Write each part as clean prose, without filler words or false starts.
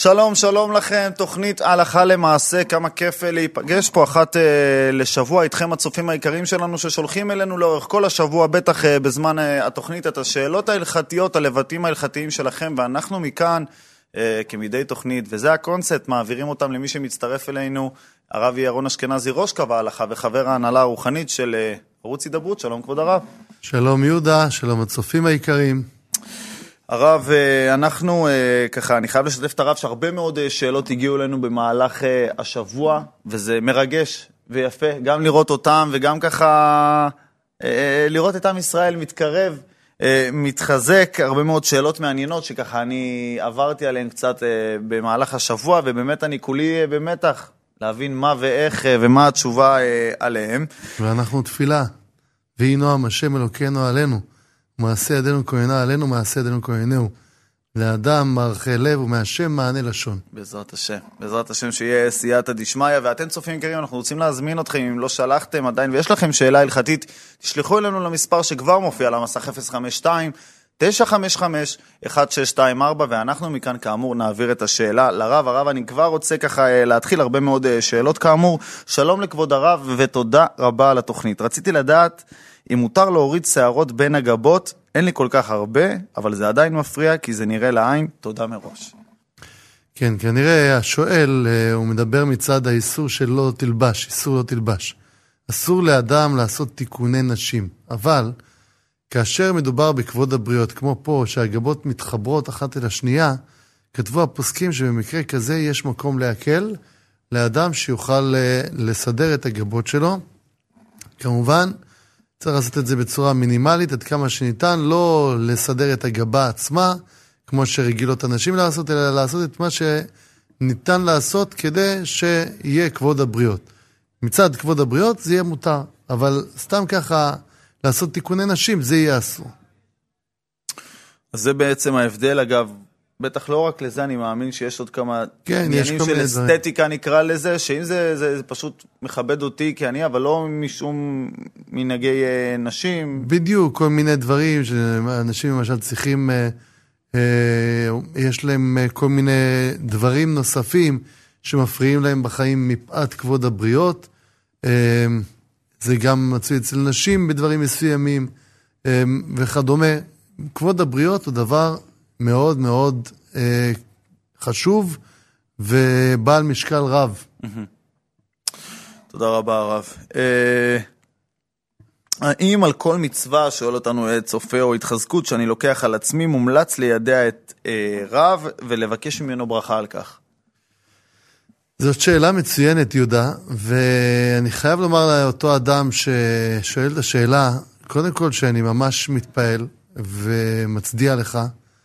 שלום, שלום לכם, תוכנית הלכה למעשה, כמה כיף להיפגש פה אחת לשבוע איתכם הצופים העיקריים שלנו ששולחים אלינו לאורך כל השבוע, בטח בזמן התוכנית, את השאלות ההלכתיות, הלבטים ההלכתיים שלכם, ואנחנו מכאן כמדי תוכנית, וזה הקונספט, מעבירים אותם למי שמצטרף אלינו, הרב ירון אשכנזי ראש קו ההלכה וחבר ההנהלה הרוחנית של ערוץ הידברות. שלום כבוד הרב. שלום יהודה, שלום הצופים העיקריים. הרב, אנחנו ככה, אני חייב לשתף את הרב שהרבה מאוד שאלות הגיעו אלינו במהלך השבוע, וזה מרגש ויפה, גם לראות אותם וגם ככה לראות את עם ישראל מתקרב, מתחזק, הרבה מאוד שאלות מעניינות שככה אני עברתי עליהן קצת במהלך השבוע, ובאמת אני כולי במתח להבין מה ואיך ומה התשובה עליהם. ואנחנו תפילה, ויהי נועם השם אלוקינו עלינו. מעשה ידינו כהנה עלינו, מעשה ידינו כהנהו. לאדם מערכי לב ומהשם מענה לשון. בעזרת השם שיהיה סייעתא דשמיא. ואתם צופים יקרים, אנחנו רוצים להזמין אתכם, אם לא שלחתם עדיין ויש לכם שאלה הלכתית, תשלחו אלינו למספר שכבר מופיע על המסך 052-955-1624, ואנחנו מכאן כאמור נעביר את השאלה לרב. הרב, אני כבר רוצה ככה להתחיל הרבה מאוד שאלות כאמור. שלום לכבוד הרב ותודה רבה על התוכנית. רציתי לדעת אם מותר להוריד שערות בין הגבות, אין לי כל כך הרבה, אבל זה עדיין מפריע, כי זה נראה לעין. תודה מראש. כן, כנראה השואל, הוא מדבר מצד האיסור של לא תלבש, איסור לא תלבש. אסור לאדם לעשות תיקוני נשים, אבל כאשר מדובר בכבוד הבריות, כמו פה, שהגבות מתחברות אחת אל השנייה, כתבו הפוסקים שבמקרה כזה יש מקום להקל, לאדם שיוכל לסדר את הגבות שלו. כמובן, צריך לעשות את זה בצורה מינימלית, עד כמה שניתן, לא לסדר את הגבה עצמה, כמו שרגילות אנשים לעשות, אלא לעשות את מה שניתן לעשות כדי שיהיה כבוד הבריות. מצד כבוד הבריות זה יהיה מותר, אבל סתם ככה לעשות תיקוני נשים זה יהיה אסור. אז זה בעצם ההבדל, אגב, בטח לא רק לזה, אני מאמין שיש עוד כמה עניינים של אסתטיקה נקרא לזה, שאם זה פשוט מכבד אותי כי אני, אבל לא משום מנהגי נשים. בדיוק, כל מיני דברים שאנשים למשל צריכים, יש להם כל מיני דברים נוספים שמפריעים להם בחיים מפאת כבוד הבריות. זה גם מצוי אצל נשים בדברים מסוימים וכדומה. כבוד הבריות הוא דבר מאוד מאוד חשוב ובעל משקל רב. תודה רבה הרב. האם על כל מצווה שואל אותנו צופה או התחזקות שאני לוקח על עצמי מומלץ לידע את רב ולבקש ממנו ברכה על כך? זאת שאלה מצוינת יהודה, ואני חייב לומר לאותו אדם ששואל את השאלה, קודם כל שאני ממש מתפעל ומצדיע לך,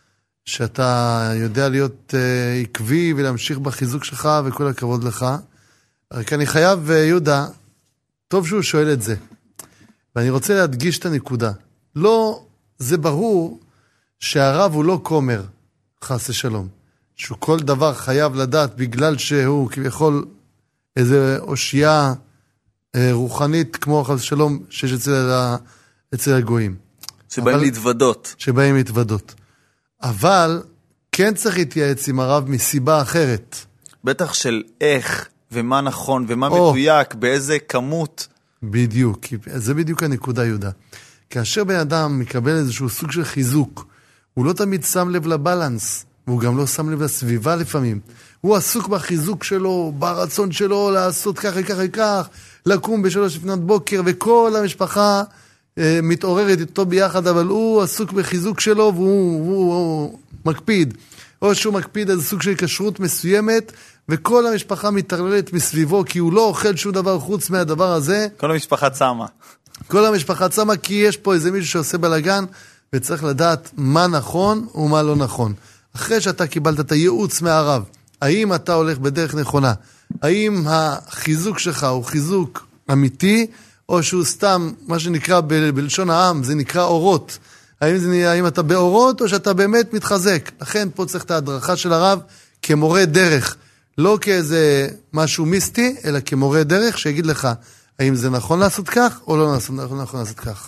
שאתה יודע להיות עקבי ולהמשיך בחיזוק שלך, וכל הכבוד לך. רק אני חייב, יהודה, טוב שהוא שואל את זה. ואני רוצה להדגיש את הנקודה. לא, זה ברור שהרב הוא לא כומר, חס ושלום. שהוא כל דבר חייב לדעת בגלל שהוא כביכול איזו אושייה רוחנית כמו חס ושלום שיש אצל הגויים. שבאים להתוודות. שבאים להתוודות. אבל כן צריך להתייעץ עם הרב מסיבה אחרת. בטח של איך ומה נכון ומה מדויק, באיזה כמות. בדיוק, זה בדיוק הנקודה יהודה. כאשר בן אדם מקבל איזשהו סוג של חיזוק, הוא לא תמיד שם לב לבלנס, והוא גם לא שם לב לסביבה לפעמים. הוא עסוק בחיזוק שלו, ברצון שלו לעשות כך וכך, לקום בשלוש לפנות בוקר, וכל המשפחה מתעוררת איתו ביחד, אבל הוא עסוק בחיזוק שלו, והוא מקפיד. או שהוא מקפיד איזה סוג של כשרות מסוימת, וכל המשפחה מתערללת מסביבו, כי הוא לא אוכל שום דבר חוץ מהדבר הזה. כל המשפחה צמה. כל המשפחה צמה, כי יש פה איזה מישהו שעושה בלגן, וצריך לדעת מה נכון ומה לא נכון. אחרי שאתה קיבלת את הייעוץ מהרב, האם אתה הולך בדרך נכונה? האם החיזוק שלך הוא חיזוק אמיתי, או שהוא סתם, מה שנקרא בלשון העם, זה נקרא אורות. האם אתה באורות, או שאתה באמת מתחזק? לכן פה צריך את ההדרכה של הרב כמורה דרך. לא כאיזה משהו מיסטי, אלא כמורה דרך שיגיד לך, האם זה נכון לעשות כך, או לא נכון לעשות כך.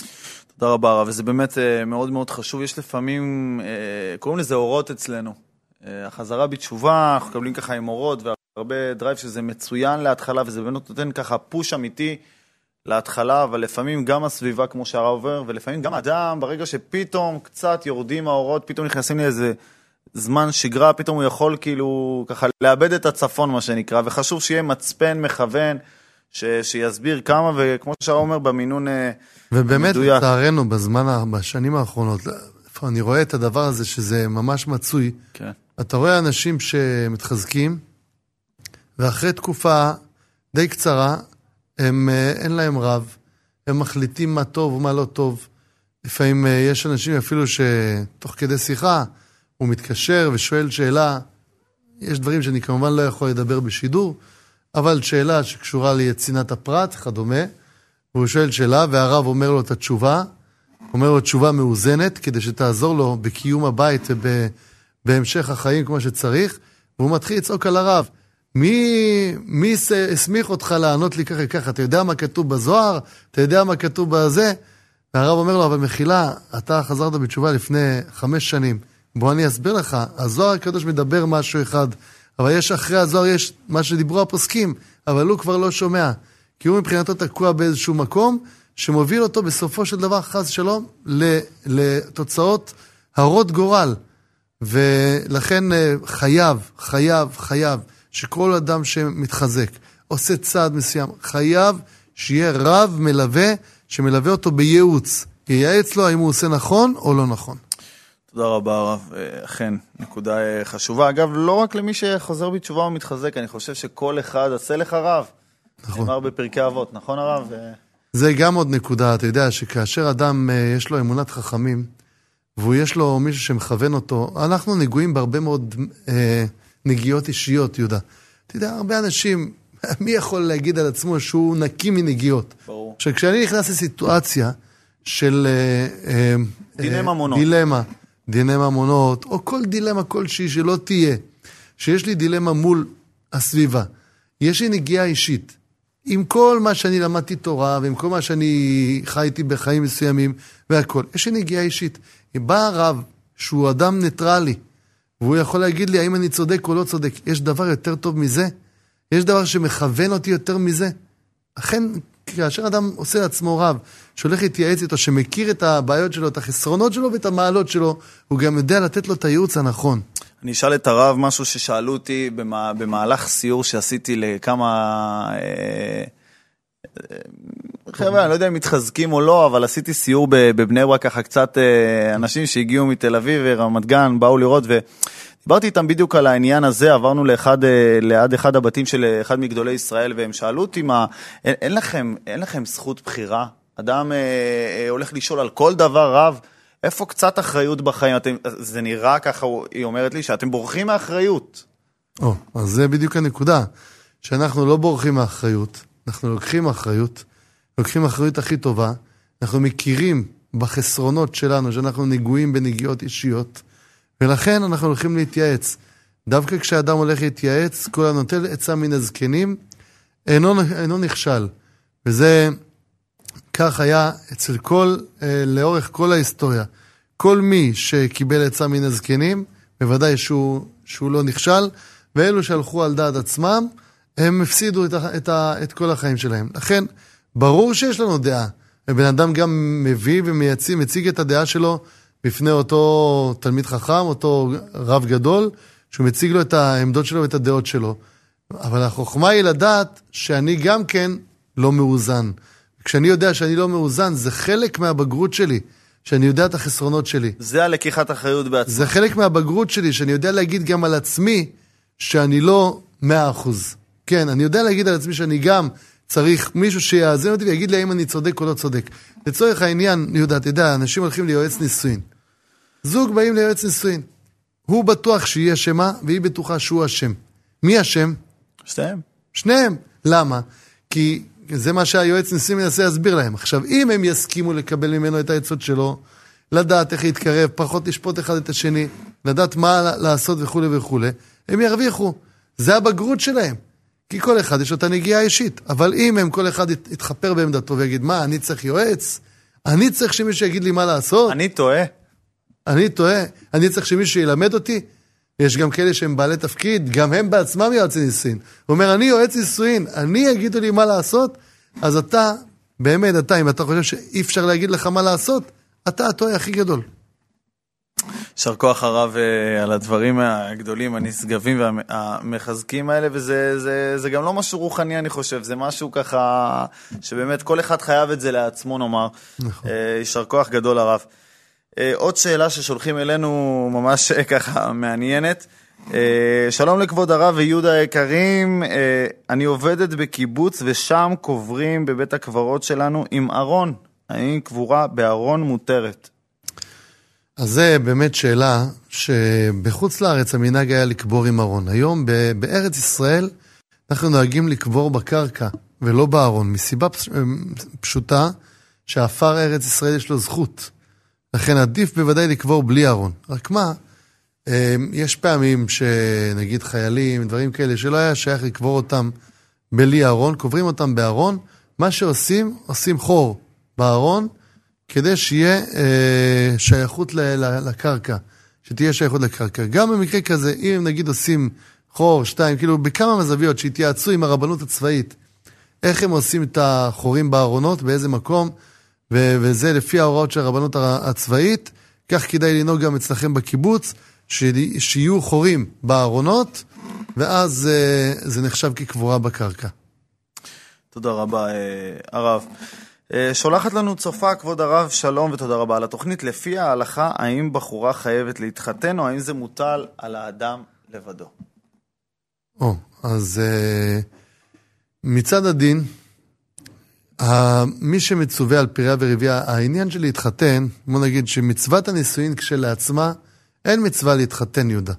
תודה רבה הרב, וזה באמת מאוד מאוד חשוב. יש לפעמים, קוראים לזה אורות אצלנו. החזרה בתשובה, אנחנו מקבלים ככה עם אורות והרבה דרייב שזה מצוין להתחלה, וזה באמת נותן ככה פוש אמיתי להתחלה, אבל לפעמים גם הסביבה כמו שהרב עובר, ולפעמים גם אדם, ברגע שפתאום קצת יורדים האורות, פתאום נכנסים לי איזה זמן שגרה, פתאום הוא יכול כאילו ככה לאבד את הצפון מה שנקרא, וחשוב שיהיה מצפן מכוון, שיסביר כמה, וכמו שהרב אומר במינון ובאמת לצערנו בשנים האחרונות, אני רואה את הדבר הזה שזה ממש מצוי. כן. אתה רואה אנשים שמתחזקים, ואחרי תקופה די קצרה, אין להם רב, הם מחליטים מה טוב ומה לא טוב. לפעמים יש אנשים אפילו שתוך כדי שיחה, הוא מתקשר ושואל שאלה, יש דברים שאני כמובן לא יכול לדבר בשידור, אבל שאלה שקשורה ליצינת הפרט, כדומה, והוא שואל שאלה, והרב אומר לו את התשובה, אומר לו תשובה מאוזנת, כדי שתעזור לו בקיום הבית ובהמשך החיים כמו שצריך, והוא מתחיל לצעוק על הרב, מי הסמיך אותך לענות לי ככה ככה, אתה יודע מה כתוב בזוהר, אתה יודע מה כתוב בזה, והרב אומר לו, אבל מחילה, אתה חזרת בתשובה לפני 5 שנים, בוא אני אסביר לך, הזוהר הקדוש מדבר משהו אחד, אבל יש אחרי הזוהר, יש מה שדיברו הפוסקים, אבל הוא כבר לא שומע, כי הוא מבחינתו תקוע באיזשהו מקום, שמוביל אותו בסופו של דבר חס שלום, לתוצאות הרות גורל, ולכן חייב, שכל אדם שמתחזק, עושה צעד מסוים, חייב שיהיה רב מלווה, שמלווה אותו בייעוץ, ייעץ לו האם הוא עושה נכון או לא נכון. תודה רבה הרב, אכן, נקודה חשובה. אגב, לא רק למי שחוזר בתשובה ומתחזק, אני חושב שכל אחד עשה לך רב. נכון. נאמר בפרקי אבות, נכון הרב? זה גם עוד נקודה, אתה יודע שכאשר אדם יש לו אמונת חכמים, והוא יש לו מישהו שמכוון אותו, אנחנו נגועים בהרבה מאוד נגיעות אישיות, יהודה. אתה יודע, הרבה אנשים, מי יכול להגיד על עצמו שהוא נקי מנגיעות? ברור. שכשאני נכנס לסיטואציה של דיני ממונות, או כל דילמה כלשהי שלא תהיה, שיש לי דילמה מול הסביבה, יש לי נגיעה אישית, עם כל מה שאני למדתי תורה, ועם כל מה שאני חייתי בחיים מסוימים, והכל, יש לי נגיעה אישית. בא הרב, שהוא אדם ניטרלי, והוא יכול להגיד לי, האם אני צודק או לא צודק, יש דבר יותר טוב מזה? יש דבר שמכוון אותי יותר מזה? אכן, כאשר אדם עושה לעצמו רב, שהולך להתייעץ איתו, שמכיר את הבעיות שלו, את החסרונות שלו ואת המעלות שלו, הוא גם יודע לתת לו את הייעוץ הנכון. אני אשאל את הרב משהו ששאלו אותי במהלך סיור שעשיתי לכמה חבר'ה, אני לא יודע אם מתחזקים או לא, אבל עשיתי סיור בבני ברק, ככה קצת אנשים שהגיעו מתל אביב ורמת גן, באו לראות, ודיברתי איתם בדיוק על העניין הזה, עברנו ליד אחד הבתים של אחד מגדולי ישראל, והם שאלו אותי, אין לכם זכות בחירה? אדם הולך לשאול על כל דבר רב, איפה קצת אחריות בחיים? זה נראה ככה, היא אומרת לי, שאתם בורחים מאחריות. אז זה בדיוק הנקודה, שאנחנו לא בורחים מאחריות, אנחנו לוקחים אחריות הכי טובה, אנחנו מכירים בחסרונות שלנו, שאנחנו נגועים בנגיעות אישיות, ולכן אנחנו הולכים להתייעץ. דווקא כשאדם הולך להתייעץ, כל הנוטל עצה מן הזקנים, אינו נכשל. וזה כך היה אצל לאורך כל ההיסטוריה. כל מי שקיבל עצה מן הזקנים, בוודאי שהוא לא נכשל, ואלו שהלכו על דעת עצמם, הם הפסידו את כל החיים שלהם. לכן, ברור שיש לנו דעה, ובן אדם גם מביא ומציג את הדעה שלו בפני אותו תלמיד חכם, אותו רב גדול, שהוא מציג לו את העמדות שלו ואת הדעות שלו. אבל החוכמה היא לדעת שאני גם כן לא מאוזן. כשאני יודע שאני לא מאוזן, זה חלק מהבגרות שלי, שאני יודע את החסרונות שלי. זה הלקיחת אחריות בעצמי. זה חלק מהבגרות שלי, שאני יודע להגיד גם על עצמי, שאני לא 100%. כן, אני יודע להגיד על עצמי שאני גם צריך מישהו שיאזן אותי ויגיד לי האם אני צודק או לא צודק. לצורך העניין, יהודה, אתה יודע, אנשים הולכים ליועץ נישואין. זוג באים ליועץ נישואין. הוא בטוח שהיא אשמה, והיא בטוחה שהוא אשם. מי אשם? שניהם. למה? כי זה מה שהיועץ נישואין מנסה להסביר להם. עכשיו, אם הם יסכימו לקבל ממנו את העצות שלו, לדעת איך להתקרב, פחות לשפוט אחד את השני, לדעת מה לעשות וכו' וכו', הם ירוויחו. זה הבגרות שלהם. כי כל אחד יש אותה נגיעה אישית. אבל אם הם כל אחד יתחפר בעמדתו ויגיד, מה, אני צריך יועץ? אני צריך שמישהו יגיד לי מה לעשות? אני טועה. אני צריך שמישהו ילמד אותי? יש גם כאלה שהם בעלי תפקיד, גם הם בעצמם יועצי נישואין. הוא אומר, אני יועץ נישואין, אני יגידו לי מה לעשות, אז אתה, באמת אתה, אם אתה חושב שאי אפשר להגיד לך מה לעשות, אתה הטועה הכי גדול. יישר כוח הרב על הדברים הגדולים, הנשגבים והמחזקים האלה, וזה גם לא משהו רוחני, אני חושב, זה משהו ככה, שבאמת כל אחד חייב את זה לעצמו, נאמר. נכון. יישר כוח גדול הרב. עוד שאלה ששולחים אלינו ממש ככה מעניינת. שלום לכבוד הרב ויהודה היקרים, אני עובדת בקיבוץ ושם קוברים בבית הקברות שלנו עם ארון. האם קבורה בארון מותרת? אז זה באמת שאלה שבחוץ לארץ המנהג היה לקבור עם ארון. היום בארץ ישראל אנחנו נוהגים לקבור בקרקע ולא בארון, מסיבה פשוטה שהאפר ארץ ישראל יש לו זכות. לכן עדיף בוודאי לקבור בלי ארון. רק מה, יש פעמים שנגיד חיילים, דברים כאלה שלא היה שייך לקבור אותם בלי ארון, קוברים אותם בארון, מה שעושים, עושים חור בארון, כדי שיהיה שייכות לקרקע, שתהיה שייכות לקרקע. גם במקרה כזה, אם נגיד עושים חור, 2, כאילו בכמה מזוויות שהתייעצו עם הרבנות הצבאית, איך הם עושים את החורים בארונות, באיזה מקום, וזה לפי ההוראות של הרבנות הצבאית, כך כדאי לנהוג גם אצלכם בקיבוץ, שיהיו חורים בארונות, ואז זה נחשב כקבורה בקרקע. תודה רבה, הרב. שולחת לנו צופה, כבוד הרב, שלום ותודה רבה על התוכנית. לפי ההלכה, האם בחורה חייבת להתחתן, או האם זה מוטל על האדם לבדו? אז מצד הדין, מי שמצווה על פיריה ורבייה, העניין של להתחתן, בוא נגיד שמצוות הנישואין כשלעצמה, אין מצווה להתחתן יהודה.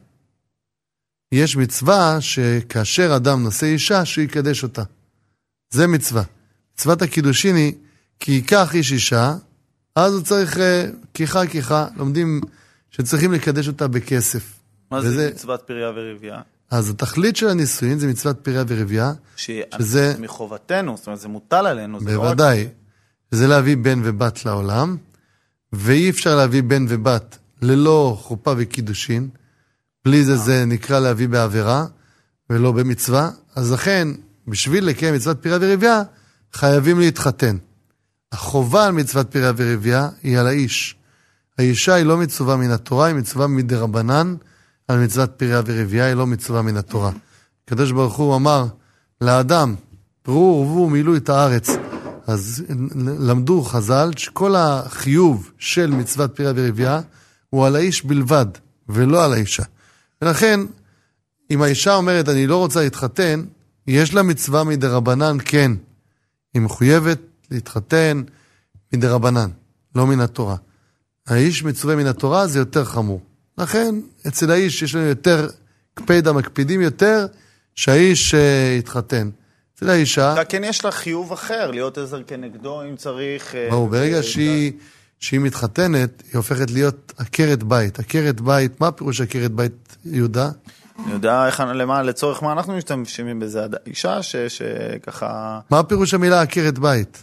יש מצווה שכאשר אדם נושא אישה, שהוא יקדש אותה. זה מצווה. מצוות הקידושין היא, כי ייקח איש אישה, אז הוא צריך כיחה, לומדים שצריכים לקדש אותה בכסף. מה זה מצוות פיריה ורבייה? אז התכלית של הנישואין זה מצוות פיריה ורבייה. שזה מחובתנו, זאת אומרת, זה מוטל עלינו. בוודאי. זה להביא בן ובת לעולם, ואי אפשר להביא בן ובת ללא חופה וקידושין. בלי זה זה נקרא להביא בעבירה, ולא במצווה. אז לכן, בשביל לקיים מצוות פיריה ורבייה, חייבים להתחתן. החובה על מצוות פיריה ורבייה היא על האיש. האישה היא לא מצווה מן התורה, היא מצווה מדרבנן, על מצוות פיריה ורבייה היא לא מצווה מן התורה. הקדוש ברוך הוא אמר לאדם, פרו ורבו מילאו את הארץ. אז למדו חז"ל שכל החיוב של מצוות פיריה ורבייה הוא על האיש בלבד, ולא על האישה. ולכן, אם האישה אומרת אני לא רוצה להתחתן, יש לה מצווה מדרבנן, כן. היא מחויבת להתחתן מדרבנן, לא מן התורה. האיש מצווה מן התורה זה יותר חמור. לכן, אצל האיש יש לנו יותר קפדה, מקפידים יותר, שהאיש יתחתן. אצל האישה... כן, יש לה חיוב אחר, להיות עזר כנגדו, אם צריך... ברגע שהיא מתחתנת, היא הופכת להיות עקרת בית. עקרת בית, מה פירוש עקרת בית, יהודה? אני יודע לצורך מה אנחנו משתמשים בזה, אישה שככה... מה פירוש המילה עקרת בית?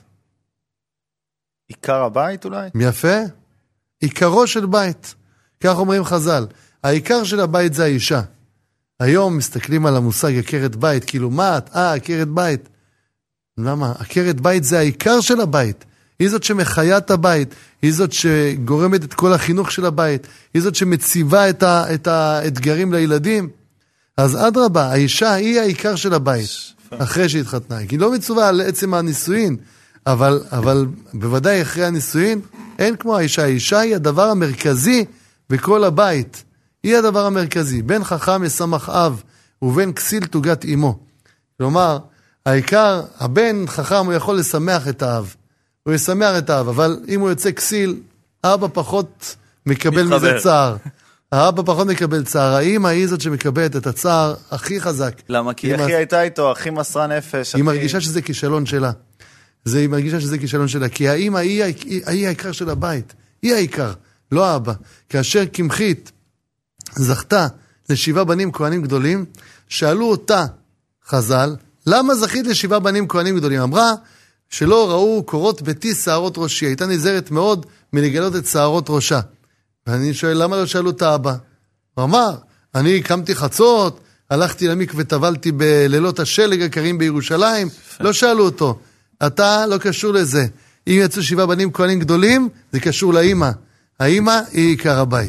עיקר הבית אולי? יפה. עיקרו של בית. כך אומרים חז"ל. העיקר של הבית זה האישה. היום מסתכלים על המושג עקרת בית, כאילו מה את? עקרת בית. למה? עקרת בית זה העיקר של הבית. היא זאת שמחיה את הבית, היא זאת שגורמת את כל החינוך של הבית, היא זאת שמציבה את האתגרים לילדים. אז אדרבה, האישה היא העיקר של הבית, אחרי שהתחתנה. היא לא מצווה על עצם הנישואין, אבל בוודאי אחרי הנישואין, אין כמו האישה. האישה היא הדבר המרכזי בכל הבית. היא הדבר המרכזי. בן חכם ישמח אב, ובן כסיל תוגת אמו. כלומר, העיקר, הבן חכם הוא יכול לשמח את האב. הוא ישמח את האב, אבל אם הוא יוצא כסיל, האבא פחות מקבל מזה צער. האבא פחות מקבל צער. האמא היא זאת שמקבלת את הצער הכי חזק. למה? כי אחי הייתה איתו, הכי מסרה נפש. היא מרגישה שזה כישלון שלה. היא מרגישה שזה כישלון שלה, כי האמא היא העיקר של הבית. היא העיקר, לא האבא. כאשר קמחית זכתה ל7 בנים כהנים גדולים, שאלו אותה חז"ל, למה זכית ל7 בנים כהנים גדולים? אמרה, שלא ראו קורות ביתי שערות ראשי, הייתה נזהרת מאוד מלגלות את שערות ראשה. ואני שואל, למה לא שאלו את האבא? הוא אמר, אני קמתי חצות, הלכתי למקווה וטבלתי בלילות השלג הקרים בירושלים, לא שאלו אותו. אתה לא קשור לזה. אם יצאו 7 בנים כהנים גדולים, זה קשור לאמא. האמא היא עיקר הבית.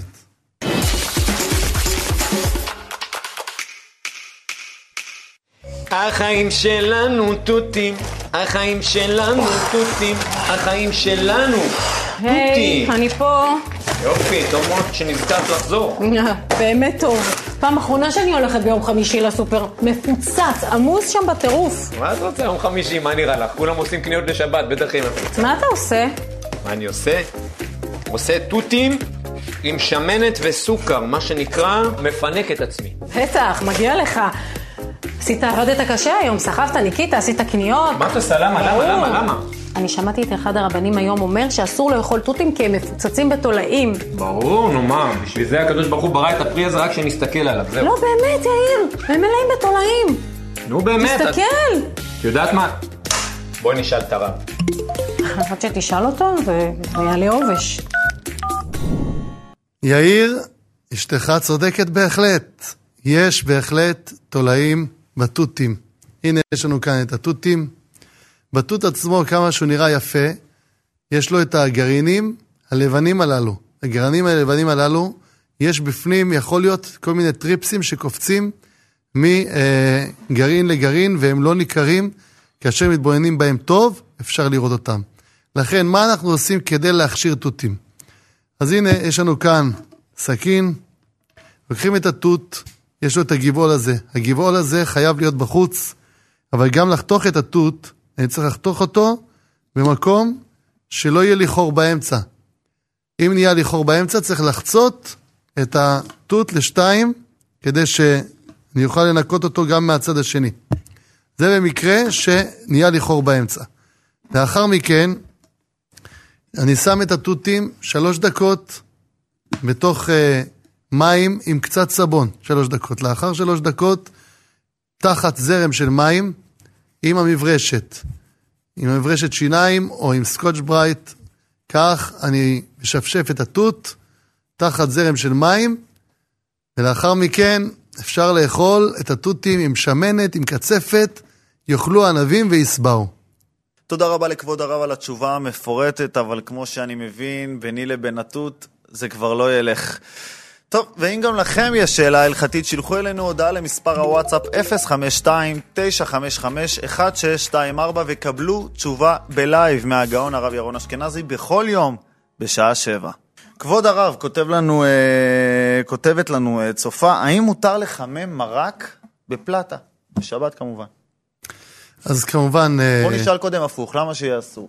החיים שלנו תותים, החיים שלנו תותים, החיים שלנו תותים. היי, אני פה. יופי, טוב מאוד שנזכרת לחזור. באמת טוב. פעם אחרונה שאני הולכת ביום חמישי לסופר, מפוצץ, עמוס שם בטירוף. מה את רוצה יום חמישי? מה נראה לך? כולם עושים קניות לשבת, בטח היא מפוצץ. מה אתה עושה? מה אני עושה? עושה תותים עם שמנת וסוכר, מה שנקרא מפנק את עצמי. בטח, מגיע לך. עבדת קשה היום, סחבת, ניקית, עשית קניות. מה אתה עושה? למה? אני שמעתי את אחד הרבנים היום אומר שאסור לאכול תותים כי הם מפוצצים בתולעים. ברור, נו מה, בשביל זה הקדוש ברוך הוא ברא את הפרי הזה רק שנסתכל עליו, זהו. לא באמת, יאיר, הם מלאים בתולעים. נו באמת. תסתכל. את יודעת מה? בואי נשאל את הרב. עד שתשאל אותו ויעלה עובש. יאיר, אשתך צודקת בהחלט. יש בהחלט תולעים בתותים. הנה יש לנו כאן את התותים. בתות עצמו, כמה שהוא נראה יפה, יש לו את הגרעינים הלבנים הללו. הגרעינים הלבנים הללו, יש בפנים, יכול להיות כל מיני טריפסים שקופצים מגרעין לגרעין, והם לא ניכרים. כאשר מתבוננים בהם טוב, אפשר לראות אותם. לכן, מה אנחנו עושים כדי להכשיר תותים? אז הנה, יש לנו כאן סכין, לוקחים את התות, יש לו את הגבעול הזה. הגבעול הזה חייב להיות בחוץ, אבל גם לחתוך את התות, אני צריך לחתוך אותו במקום שלא יהיה לי חור באמצע. אם נהיה לי חור באמצע, צריך לחצות את התות לשתיים, כדי שאני אוכל לנקות אותו גם מהצד השני. זה במקרה שנהיה לי חור באמצע. לאחר מכן, אני שם את התותים 3 דקות בתוך מים עם קצת סבון, 3 דקות. לאחר 3 דקות, תחת זרם של מים, עם המברשת שיניים או עם סקוטש ברייט, כך אני משפשף את התות תחת זרם של מים, ולאחר מכן אפשר לאכול את התותים עם שמנת, עם קצפת, יאכלו ענבים ויסבעו. תודה רבה לכבוד הרב על התשובה המפורטת, אבל כמו שאני מבין, ביני לבין התות, זה כבר לא ילך. טוב, ואם גם לכם יש שאלה הלכתית, שילחו אלינו הודעה למספר הוואטסאפ 052-955-1624 וקבלו תשובה בלייב מהגאון הרב ירון אשכנזי בכל יום בשעה 7. כבוד הרב, כותבת לנו צופה, האם מותר לחמם מרק בפלטה? בשבת כמובן. אז כמובן... בוא נשאל קודם הפוך, למה שיהיה אסור?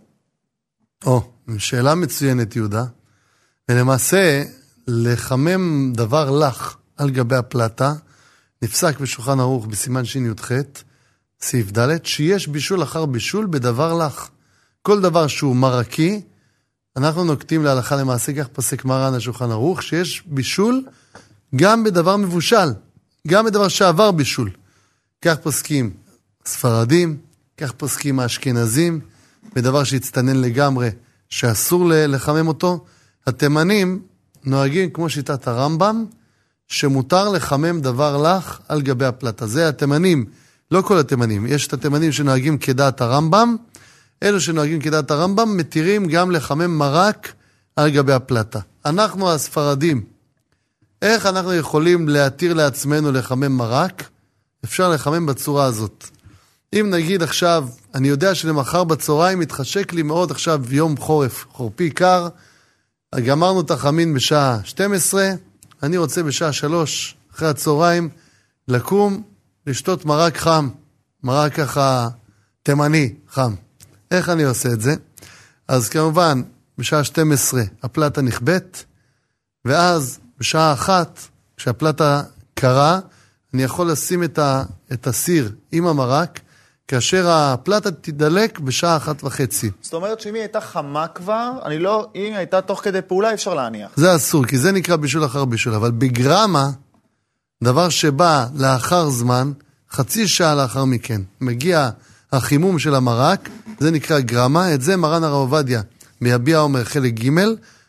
שאלה מצוינת יהודה. ולמעשה... לחמם דבר לח על גבי הפלטה, נפסק בשולחן ערוך בסימן שי"ח, סעיף ד', שיש בישול אחר בישול בדבר לח. כל דבר שהוא מרקי, אנחנו נוקטים להלכה למעשה, כך פסק מרן השולחן ערוך, שיש בישול גם בדבר מבושל, גם בדבר שעבר בישול. כך פסקים ספרדים, כך פסקים האשכנזים, בדבר שהצטנן לגמרי, שאסור לחמם אותו. התימנים, נוהגים כמו שיטת הרמב"ם, שמותר לחמם דבר לח על גבי הפלטה. זה התימנים, לא כל התימנים, יש את התימנים שנוהגים כדעת הרמב"ם, אלו שנוהגים כדעת הרמב"ם מתירים גם לחמם מרק על גבי הפלטה. אנחנו הספרדים, איך אנחנו יכולים להתיר לעצמנו לחמם מרק? אפשר לחמם בצורה הזאת. אם נגיד עכשיו, אני יודע שלמחר בצהריים מתחשק לי מאוד עכשיו יום חורף, חורפי קר, גמרנו את החמין בשעה 12, אני רוצה בשעה 3 אחרי הצהריים לקום, לשתות מרק חם, מרק ככה תימני חם. איך אני עושה את זה? אז כמובן בשעה 12 הפלטה נכבט, ואז בשעה 1 כשהפלטה קרה, אני יכול לשים את הסיר עם המרק, כאשר הפלטה תדלק בשעה 1:30. זאת אומרת שאם היא הייתה חמה כבר, אם היא הייתה תוך כדי פעולה, אפשר להניח. זה אסור, כי זה נקרא בישול אחר בישול. אבל בגרמה, דבר שבא לאחר זמן, חצי שעה לאחר מכן, מגיע החימום של המרק, זה נקרא גרמה. את זה מרן הרב עובדיה ביביע אומר חלק ג'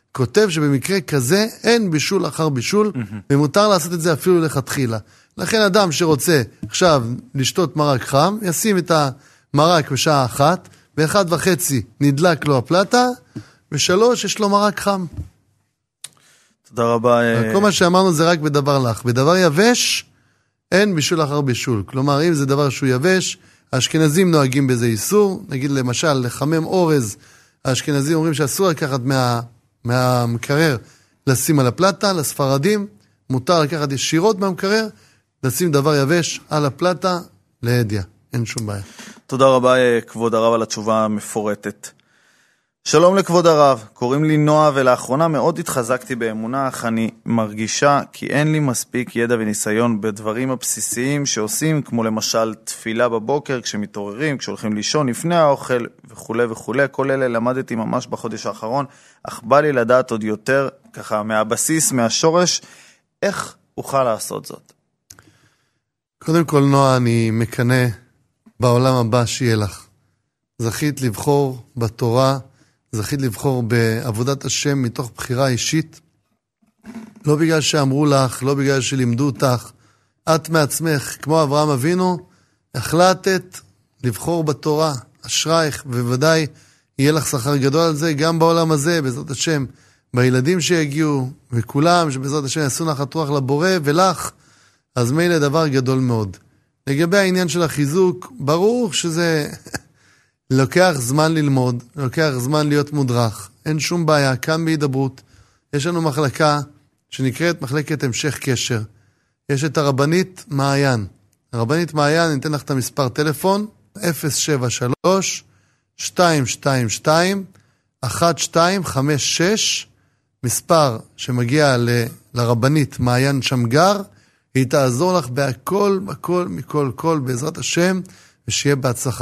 כותב שבמקרה כזה אין בישול אחר בישול, ומותר לעשות את זה אפילו לכתחילה. לכן אדם שרוצה עכשיו לשתות מרק חם, ישים את המרק בשעה 1, ב-1:30 נדלק לו הפלטה, ב-3 יש לו מרק חם. תודה רבה. כל מה שאמרנו זה רק בדבר לך. בדבר יבש, אין בישול אחר בישול. כלומר, אם זה דבר שהוא יבש, האשכנזים נוהגים בזה איסור. נגיד למשל, לחמם אורז, האשכנזים אומרים שאסור לקחת מהמקרר לשים על הפלטה, לספרדים מותר לקחת ישירות מהמקרר, לשים דבר יבש על הפלטה להדיה. אין שום בעיה. תודה רבה כבוד הרב על התשובה המפורטת. שלום לכבוד הרב, קוראים לי נועה ולאחרונה מאוד התחזקתי באמונה, אך אני מרגישה כי אין לי מספיק ידע וניסיון בדברים הבסיסיים שעושים, כמו למשל תפילה בבוקר, כשמתעוררים, כשהולכים לישון לפני האוכל וכו' וכו'. כל אלה למדתי ממש בחודש האחרון, אך בא לי לדעת עוד יותר, ככה מהבסיס, מהשורש, איך אוכל לעשות זאת. קודם כל נועה, אני מקנא בעולם הבא שיהיה לך. זכית לבחור בתורה, זכית לבחור בעבודת השם מתוך בחירה אישית, לא בגלל שאמרו לך, לא בגלל שלימדו אותך, את מעצמך, כמו אברהם אבינו, החלטת לבחור בתורה, אשרייך, ובוודאי יהיה לך שכר גדול על זה, גם בעולם הזה, בעזרת השם, בילדים שיגיעו, וכולם שבעזרת השם יעשו נחת רוח לבורא ולך, אז מילא דבר גדול מאוד. לגבי העניין של החיזוק, ברור שזה לוקח זמן ללמוד, לוקח זמן להיות מודרך, אין שום בעיה, כאן בהידברות. יש לנו מחלקה שנקראת מחלקת המשך קשר. יש את הרבנית מעיין. הרבנית מעיין, ניתן לך את המספר טלפון, 073-222-1256, מספר שמגיע לרבנית מעיין שמגר, היא תעזור לך בהכל, הכל, מכל, כל, בעזרת השם, ושיהיה בהצלחה.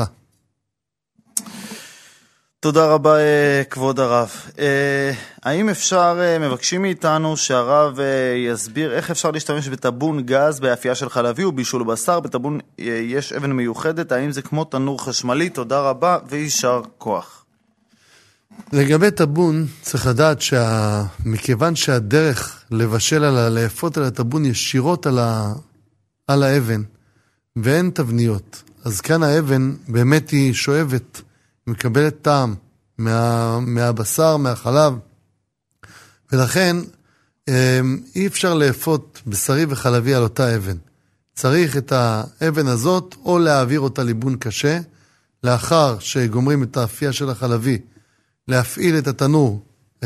תודה רבה כבוד הרב. האם אפשר, מבקשים מאיתנו שהרב יסביר איך אפשר להשתמש בטבון גז באפייה של חלבי ובישול בשר? בטבון יש אבן מיוחדת, האם זה כמו תנור חשמלי? תודה רבה ויישר כוח. לגבי טבון, צריך לדעת מכיוון שהדרך לבשל לאפות על הטבון ישירות על האבן, ואין תבניות, אז כאן האבן באמת היא שואבת, מקבלת טעם מהבשר, מהחלב, ולכן אי אפשר לאפות בשרי וחלבי על אותה אבן. צריך את האבן הזאת או להעביר אותה ליבון קשה, לאחר שגומרים את האפייה של החלבי, להפעיל את התנור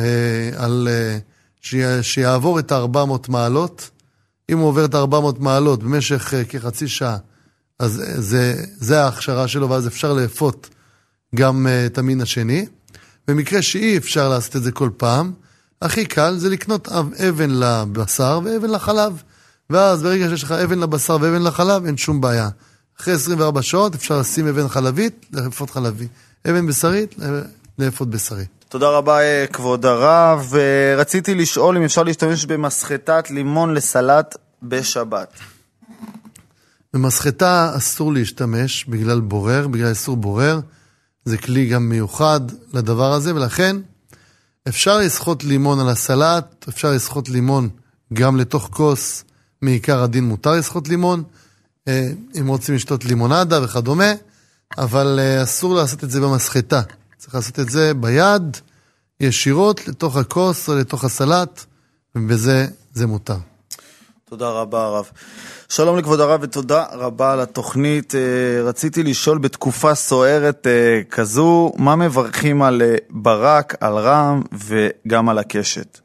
שיעבור את 400 מעלות. אם הוא עובר את 400 מעלות במשך כחצי שעה, אז זה ההכשרה שלו, ואז אפשר לאפות גם את המין השני. במקרה שאי אפשר לעשות את זה כל פעם, הכי קל זה לקנות אבן לבשר ואבן לחלב, ואז ברגע שיש לך אבן לבשר ואבן לחלב, אין שום בעיה. אחרי 24 שעות אפשר לשים אבן חלבית, לאפות חלבי. אבן בשרית, לאפות בשרי. תודה רבה כבוד הרב. רציתי לשאול אם אפשר להשתמש במסחטת לימון לסלט בשבת. במסחטה אסור להשתמש בגלל בורר, בגלל איסור בורר. זה כלי גם מיוחד לדבר הזה, ולכן אפשר לסחוט לימון על הסלט, אפשר לסחוט לימון גם לתוך כוס, מעיקר הדין מותר לסחוט לימון, אם רוצים לשתות לימונדה וכדומה, אבל אסור לעשות את זה במסחטה. צריך לעשות את זה ביד, ישירות לתוך הכוס או לתוך הסלט, ובזה זה מותר. תודה רבה הרב. שלום לכבוד הרב ותודה רבה על התוכנית. רציתי לשאול בתקופה סוערת כזו, מה מברכים על ברק, על רם וגם על הקשת?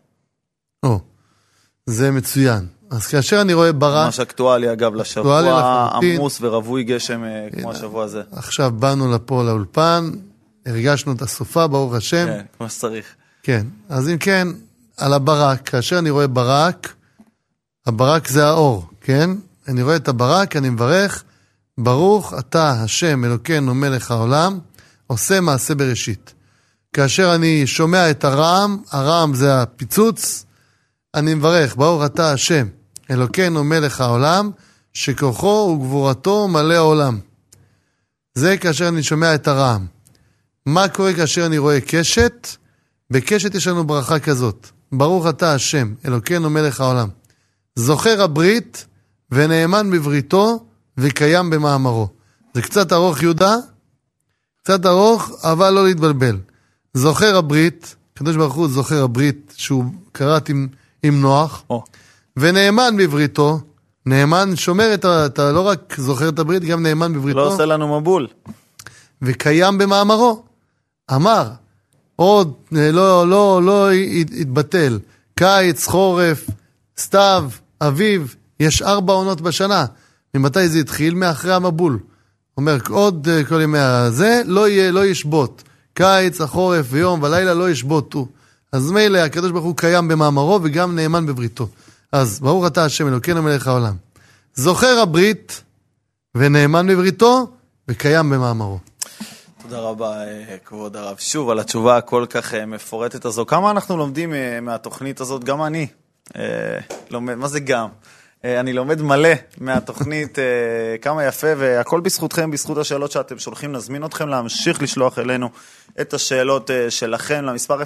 זה מצוין. אז כאשר אני רואה ברק... ממש אקטואלי אגב לשבוע עמוס ורווי גשם כמו השבוע הזה. עכשיו באנו לפה לאולפן, הרגשנו את הסופה, ברוך השם. כן, כמו שצריך. כן, אז אם כן, על הברק, כאשר אני רואה ברק, הברק זה האור, כן? אני רואה את הברק, אני מברך, ברוך אתה השם אלוקינו מלך העולם, עושה מעשה בראשית. כאשר אני שומע את הרעם, הרעם זה הפיצוץ, אני מברך, ברוך אתה השם אלוקינו מלך העולם, שכוחו וגבורתו מלא העולם. זה כאשר אני שומע את הרעם. מה קורה כאשר אני רואה קשת? בקשת יש לנו ברכה כזאת. ברוך אתה השם, אלוקינו מלך העולם. זוכר הברית ונאמן בבריתו וקיים במאמרו. זה קצת ארוך יהודה, קצת ארוך, אבל לא להתבלבל. זוכר הברית, קדוש ברוך הוא זוכר הברית שהוא קראת עם נוח, ונאמן בבריתו, נאמן שומר אתה לא רק זוכר את הברית, גם נאמן בבריתו. לא עושה לנו מבול. וקיים במאמרו. אמר, עוד לא התבטל, קיץ, חורף, סתיו, אביב, יש 4 עונות בשנה. ממתי זה התחיל? מאחרי המבול. אומר, עוד כל ימי הזה, לא ישבות. קיץ, החורף ויום ולילה לא ישבותו. אז מילא, הקדוש ברוך הוא קיים במאמרו וגם נאמן בבריתו. אז ברוך אתה השם אלוקינו מלך העולם. זוכר הברית ונאמן בבריתו וקיים במאמרו. תודה רבה, כבוד הרב. שוב, על התשובה הכל כך מפורטת הזו. כמה אנחנו לומדים מהתוכנית הזאת? גם אני לומד, מה זה גם? אני לומד מלא מהתוכנית, כמה יפה, והכל בזכותכם, בזכות השאלות שאתם שולחים. נזמין אתכם להמשיך לשלוח אלינו את השאלות שלכם, למספר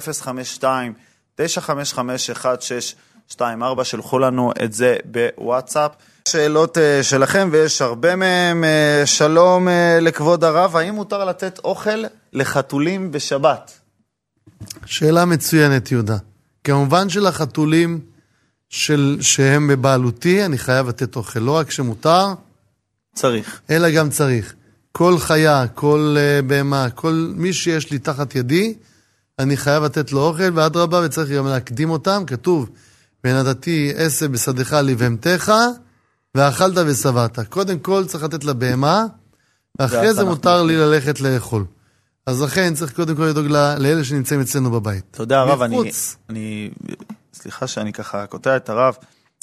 052-955-1624, שלחו לנו את זה בוואטסאפ. שאלות שלכם, ויש הרבה מהם. שלום לכבוד הרב, האם מותר לתת אוכל לחתולים בשבת? שאלה מצוינת יהודה. כמובן שלחתולים שהם בבעלותי, אני חייב לתת אוכל. לא רק שמותר, צריך. אלא גם צריך. כל חיה, כל בהמה, כל מי שיש לי תחת ידי, אני חייב לתת לו אוכל, ועד רבה וצריך גם להקדים אותם. כתוב, ונתתי עשב בשדך לבהמתך, ואכלת ושבעת. קודם כל צריך לתת לבהמה, ואחרי זה מותר לי ללכת לאכול. אז לכן צריך קודם כל לדאוג לאלה שנמצאים אצלנו בבית. תודה הרב, אני סליחה שאני ככה קוטע את הרב.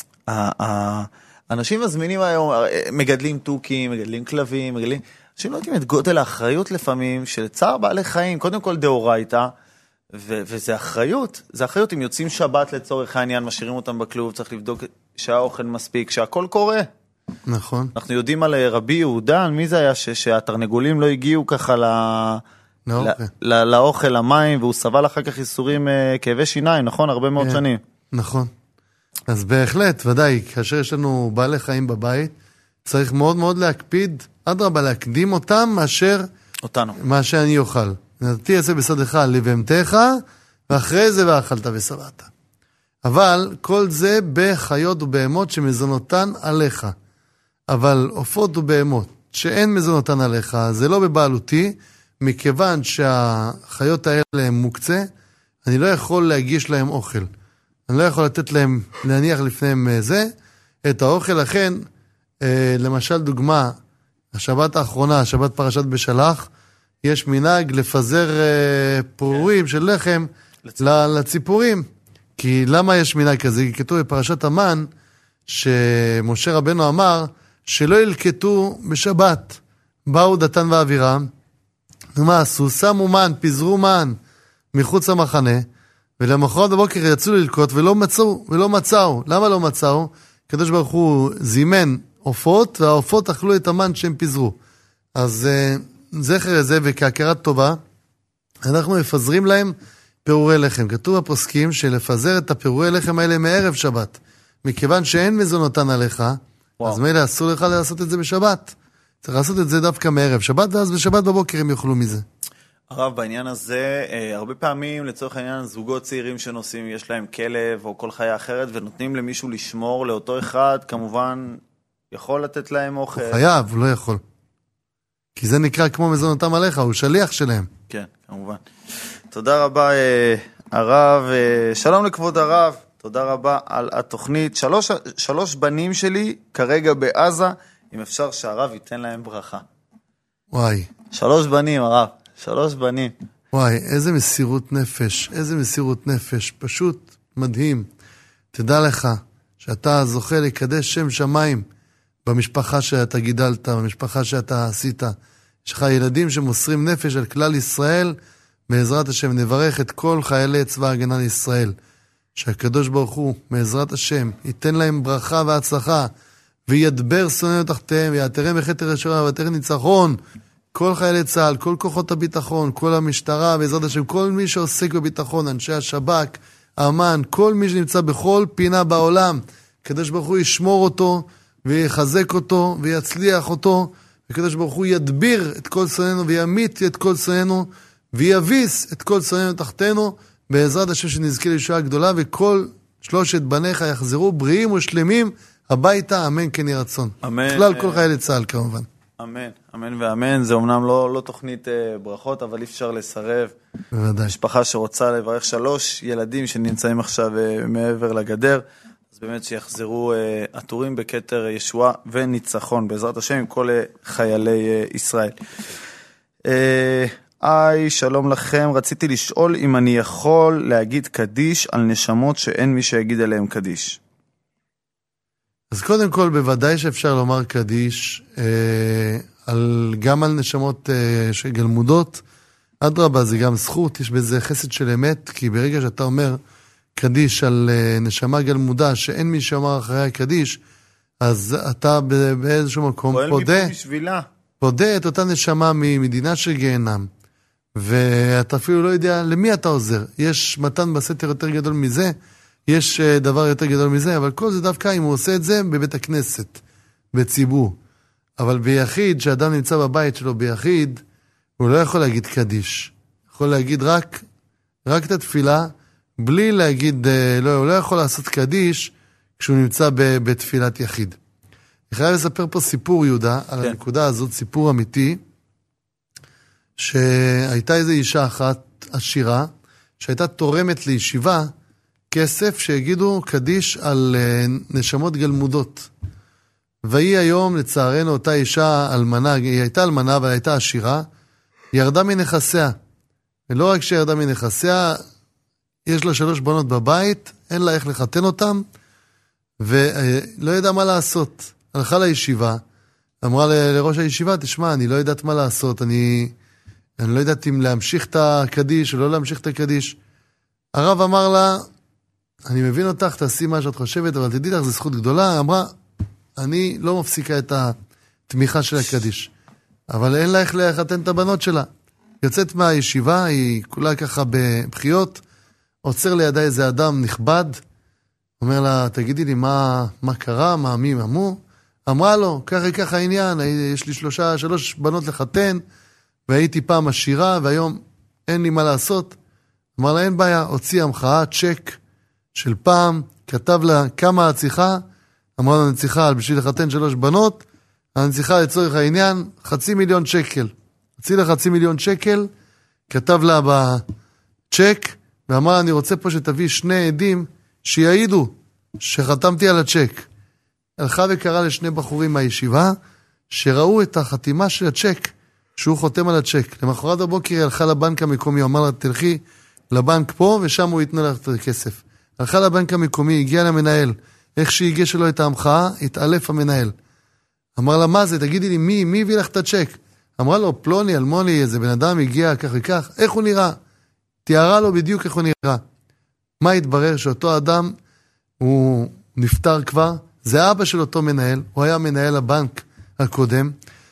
אנשים מזמינים היום, מגדלים טוקים, מגדלים כלבים, אנשים לא יודעים את גודל האחריות לפעמים של צער בעלי חיים, קודם כל דאורייתא, וזה אחריות, זה אחריות. אם יוצאים שבת לצורך העניין, משאירים אותם בכלוב, צריך לבדוק שהאוכל מספיק, שהכל קורה. נכון. אנחנו יודעים על רבי יהודה, מי זה היה שהתרנגולים לא הגיעו ככה לאוכל, למים, והוא סבל אחר כך ייסורים, כאבי שיניים, נכון? הרבה מאוד שנים. נכון. אז בהחלט, ודאי, כאשר יש לנו בעלי חיים בבית, צריך מאוד מאוד להקפיד, אדרבה, להקדים אותם מה שאני אוכל. נתתי עשה בשדך לבהמתך, ואחרי זה ואכלת ושבעת. אבל כל זה בחיות ובהמות שמזונותן עליך. אבל עופות ובהמות שאין מזונותן עליך, זה לא בבעלותי, מכיוון שהחיות האלה הם מוקצה, אני לא יכול להגיש להם אוכל. אני לא יכול לתת להם, להניח לפניהם את האוכל. לכן, למשל דוגמה, השבת האחרונה, השבת פרשת בשלח, יש מנהג לפזר פירורים של לחם לציפורים. כי למה יש מנהג כזה? כי כתוב בפרשת המן, שמשה רבנו אמר, שלא ילקטו בשבת. באו דתן ואבירם, ומה עשו? שמו מן, פיזרו מן מחוץ למחנה, ולמחרת בבוקר יצאו ללקוט ולא מצאו. למה לא מצאו? הקדוש ברוך הוא זימן עופות, והעופות אכלו את המן שהם פיזרו. אז זכר לזה, וכהכרת טובה, אנחנו מפזרים להם פירורי לחם. כתוב בפוסקים שלפזר את הפירורי לחם האלה מערב שבת. מכיוון שאין מזונותן עליך, אז מילא אסור לך לעשות את זה בשבת. צריך לעשות את זה דווקא מערב שבת, ואז בשבת בבוקר הם יאכלו מזה. הרב, בעניין הזה, הרבה פעמים לצורך העניין זוגות צעירים שנוסעים, יש להם כלב או כל חיה אחרת, ונותנים למישהו לשמור לאותו אחד, כמובן יכול לתת להם אוכל. הוא חייב, הוא לא יכול. כי זה נקרא כמו מזונותם עליך, הוא שליח שלהם. כן, כמובן. תודה רבה, הרב. שלום לכבוד הרב, תודה רבה על התוכנית. 3 בנים שלי כרגע בעזה, אם אפשר שהרב ייתן להם ברכה. וואי. 3 בנים, הרב. 3 בנים. וואי, איזה מסירות נפש, איזה מסירות נפש, פשוט מדהים. תדע לך שאתה זוכה לקדש שם שמיים במשפחה שאתה גידלת, במשפחה שאתה עשית. יש לך ילדים שמוסרים נפש על כלל ישראל, בעזרת השם נברך את כל חיילי צבא הגנה לישראל. שהקדוש ברוך הוא, בעזרת השם, ייתן להם ברכה והצלחה, וידבר שונאינו תחתיהם, ויעטרם בכתר ישועה, ויעטרם ניצחון. כל חיילי צה"ל, כל כוחות הביטחון, כל המשטרה, בעזרת השם, כל מי שעוסק בביטחון, אנשי השב"כ, האמן, כל מי שנמצא בכל פינה בעולם, הקדוש ברוך הוא ישמור אותו, ויחזק אותו, ויצליח אותו, הקדוש ברוך הוא ידביר את כל שונאינו, וימית את כל שונאינו, ויביס את כל שונאינו תחתנו, בעזרת השם שנזכה לישועה גדולה, וכל שלושת בניך יחזרו בריאים ושלמים הביתה, אמן כן יהי רצון. אמן. בכלל כל חיילי צה"ל כמובן. אמן, אמן ואמן. זה אומנם לא תוכנית ברכות, אבל אי אפשר לסרב. בוודאי. משפחה שרוצה לברך 3 ילדים שנמצאים עכשיו מעבר לגדר, אז באמת שיחזרו עטורים בכתר ישועה וניצחון, בעזרת השם, עם כל חיילי ישראל. שלום לכם, רציתי לשאול אם אני יכול להגיד קדיש על נשמות שאין מי שיגיד עליהם קדיש. אז קודם כל, בוודאי שאפשר לומר קדיש, גם על נשמות שגלמודות, אדרבה, זה גם זכות, יש בזה חסד של אמת, כי ברגע שאתה אומר קדיש על נשמה גלמודה, שאין מי שאומר אחריה קדיש, אז אתה באיזשהו מקום פודה את אותה נשמה ממדינה של גיהנם, ואתה אפילו לא יודע למי אתה עוזר. יש מתן בסתר יותר גדול מזה, יש דבר יותר גדול מזה, אבל כל זה דווקא אם הוא עושה את זה בבית הכנסת, בציבור. אבל ביחיד, שאדם נמצא בבית שלו ביחיד, הוא לא יכול להגיד קדיש. יכול להגיד רק את התפילה, בלי להגיד, הוא לא יכול לעשות קדיש כשהוא נמצא בתפילת יחיד. אני חייב לספר פה סיפור, יהודה, על הנקודה הזאת, סיפור אמיתי, שהייתה איזו אישה אחת עשירה, שהייתה תורמת לישיבה כסף שיגידו קדיש על נשמות גלמודות. והיא היום, לצערנו, אותה אישה אלמנה, היא הייתה אלמנה, אבל הייתה עשירה, ירדה מנכסיה. ולא רק שירדה מנכסיה, יש לה 3 בנות בבית, אין לה איך לחתן אותם, ולא ידעה מה לעשות. הלכה לישיבה, אמרה לראש הישיבה, תשמע, אני לא יודעת מה לעשות, אני לא יודעת אם להמשיך את הקדיש או לא להמשיך את הקדיש. הרב אמר לה, אני מבין אותך, תעשי מה שאת חושבת, אבל תדעי לך, זו זכות גדולה. אמרה, אני לא מפסיקה את התמיכה של הקדיש, אבל אין לה איך לחתן את הבנות שלה. יוצאת מהישיבה, היא כולה ככה בבחיות, עוצר לידה איזה אדם נכבד, אומר לה, תגידי לי מה קרה, מי אמרו? אמרה לו, ככה העניין, יש לי 3 בנות לחתן, והייתי פעם עשירה, והיום אין לי מה לעשות. אמר לה, אין בעיה, הוציא המחאה, צ'ק של פעם, כתב לה כמה הצליחה, אמרה לה, נציחה בשביל לחתן 3 בנות, הנציחה לצורך העניין, 500,000 שקל. הוציא לה 500,000 שקל, כתב לה בצ'ק, ואמר לה, אני רוצה פה שתביא 2 עדים שיעידו שחתמתי על הצ'ק. הלכה וקרא ל2 בחורים מהישיבה, שראו את החתימה של הצ'ק, שהוא חותם על הצ'ק. למחרת הבוקר היא הלכה לבנק המקומי, הוא אמר לה, תלכי לבנק פה, ושם הוא יתנו לך את הכסף. הלכה לבנק המקומי, הגיע למנהל, איך שהגיש לו את ההמחאה, התעלף המנהל. אמר לה, מה זה? תגידי לי, מי הביא לך את הצ'ק? אמרה לו, פלוני, אלמוני, איזה בן אדם הגיע כך וכך, איך הוא נראה? תיארה לו בדיוק איך הוא נראה. מה התברר? שאותו אדם, הוא נפטר כבר, זה אבא של אותו מנהל, הוא היה מנהל הבנק הקודם,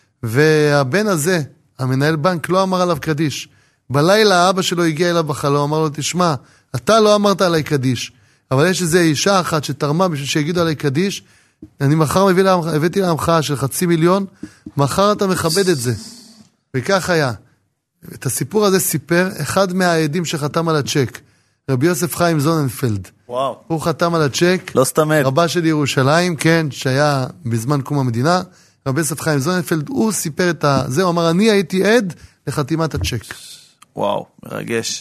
והבן הזה, המנהל בנק, לא אמר עליו קדיש. בלילה האבא שלו הגיע אליו בחלום, אמר לו, תשמע, אתה לא אמרת עליי קדיש, אבל יש איזו אישה אחת שתרמה בשביל שיגידו עליי קדיש, אני מחר הבאתי לה המחאה של 500,000, מחר אתה מכבד את זה. וכך היה. את הסיפור הזה סיפר אחד מהעדים שחתם על הצ'ק, רבי יוסף חיים זוננפלד. וואו. הוא חתם על הצ'ק. לא סתמד. רבה של ירושלים, כן, שהיה בזמן קום המדינה. רבי יוסף חיים זוננפלד, הוא סיפר את זה, הוא אמר, אני הייתי עד לחתימת הצ'ק. וואו, מרגש.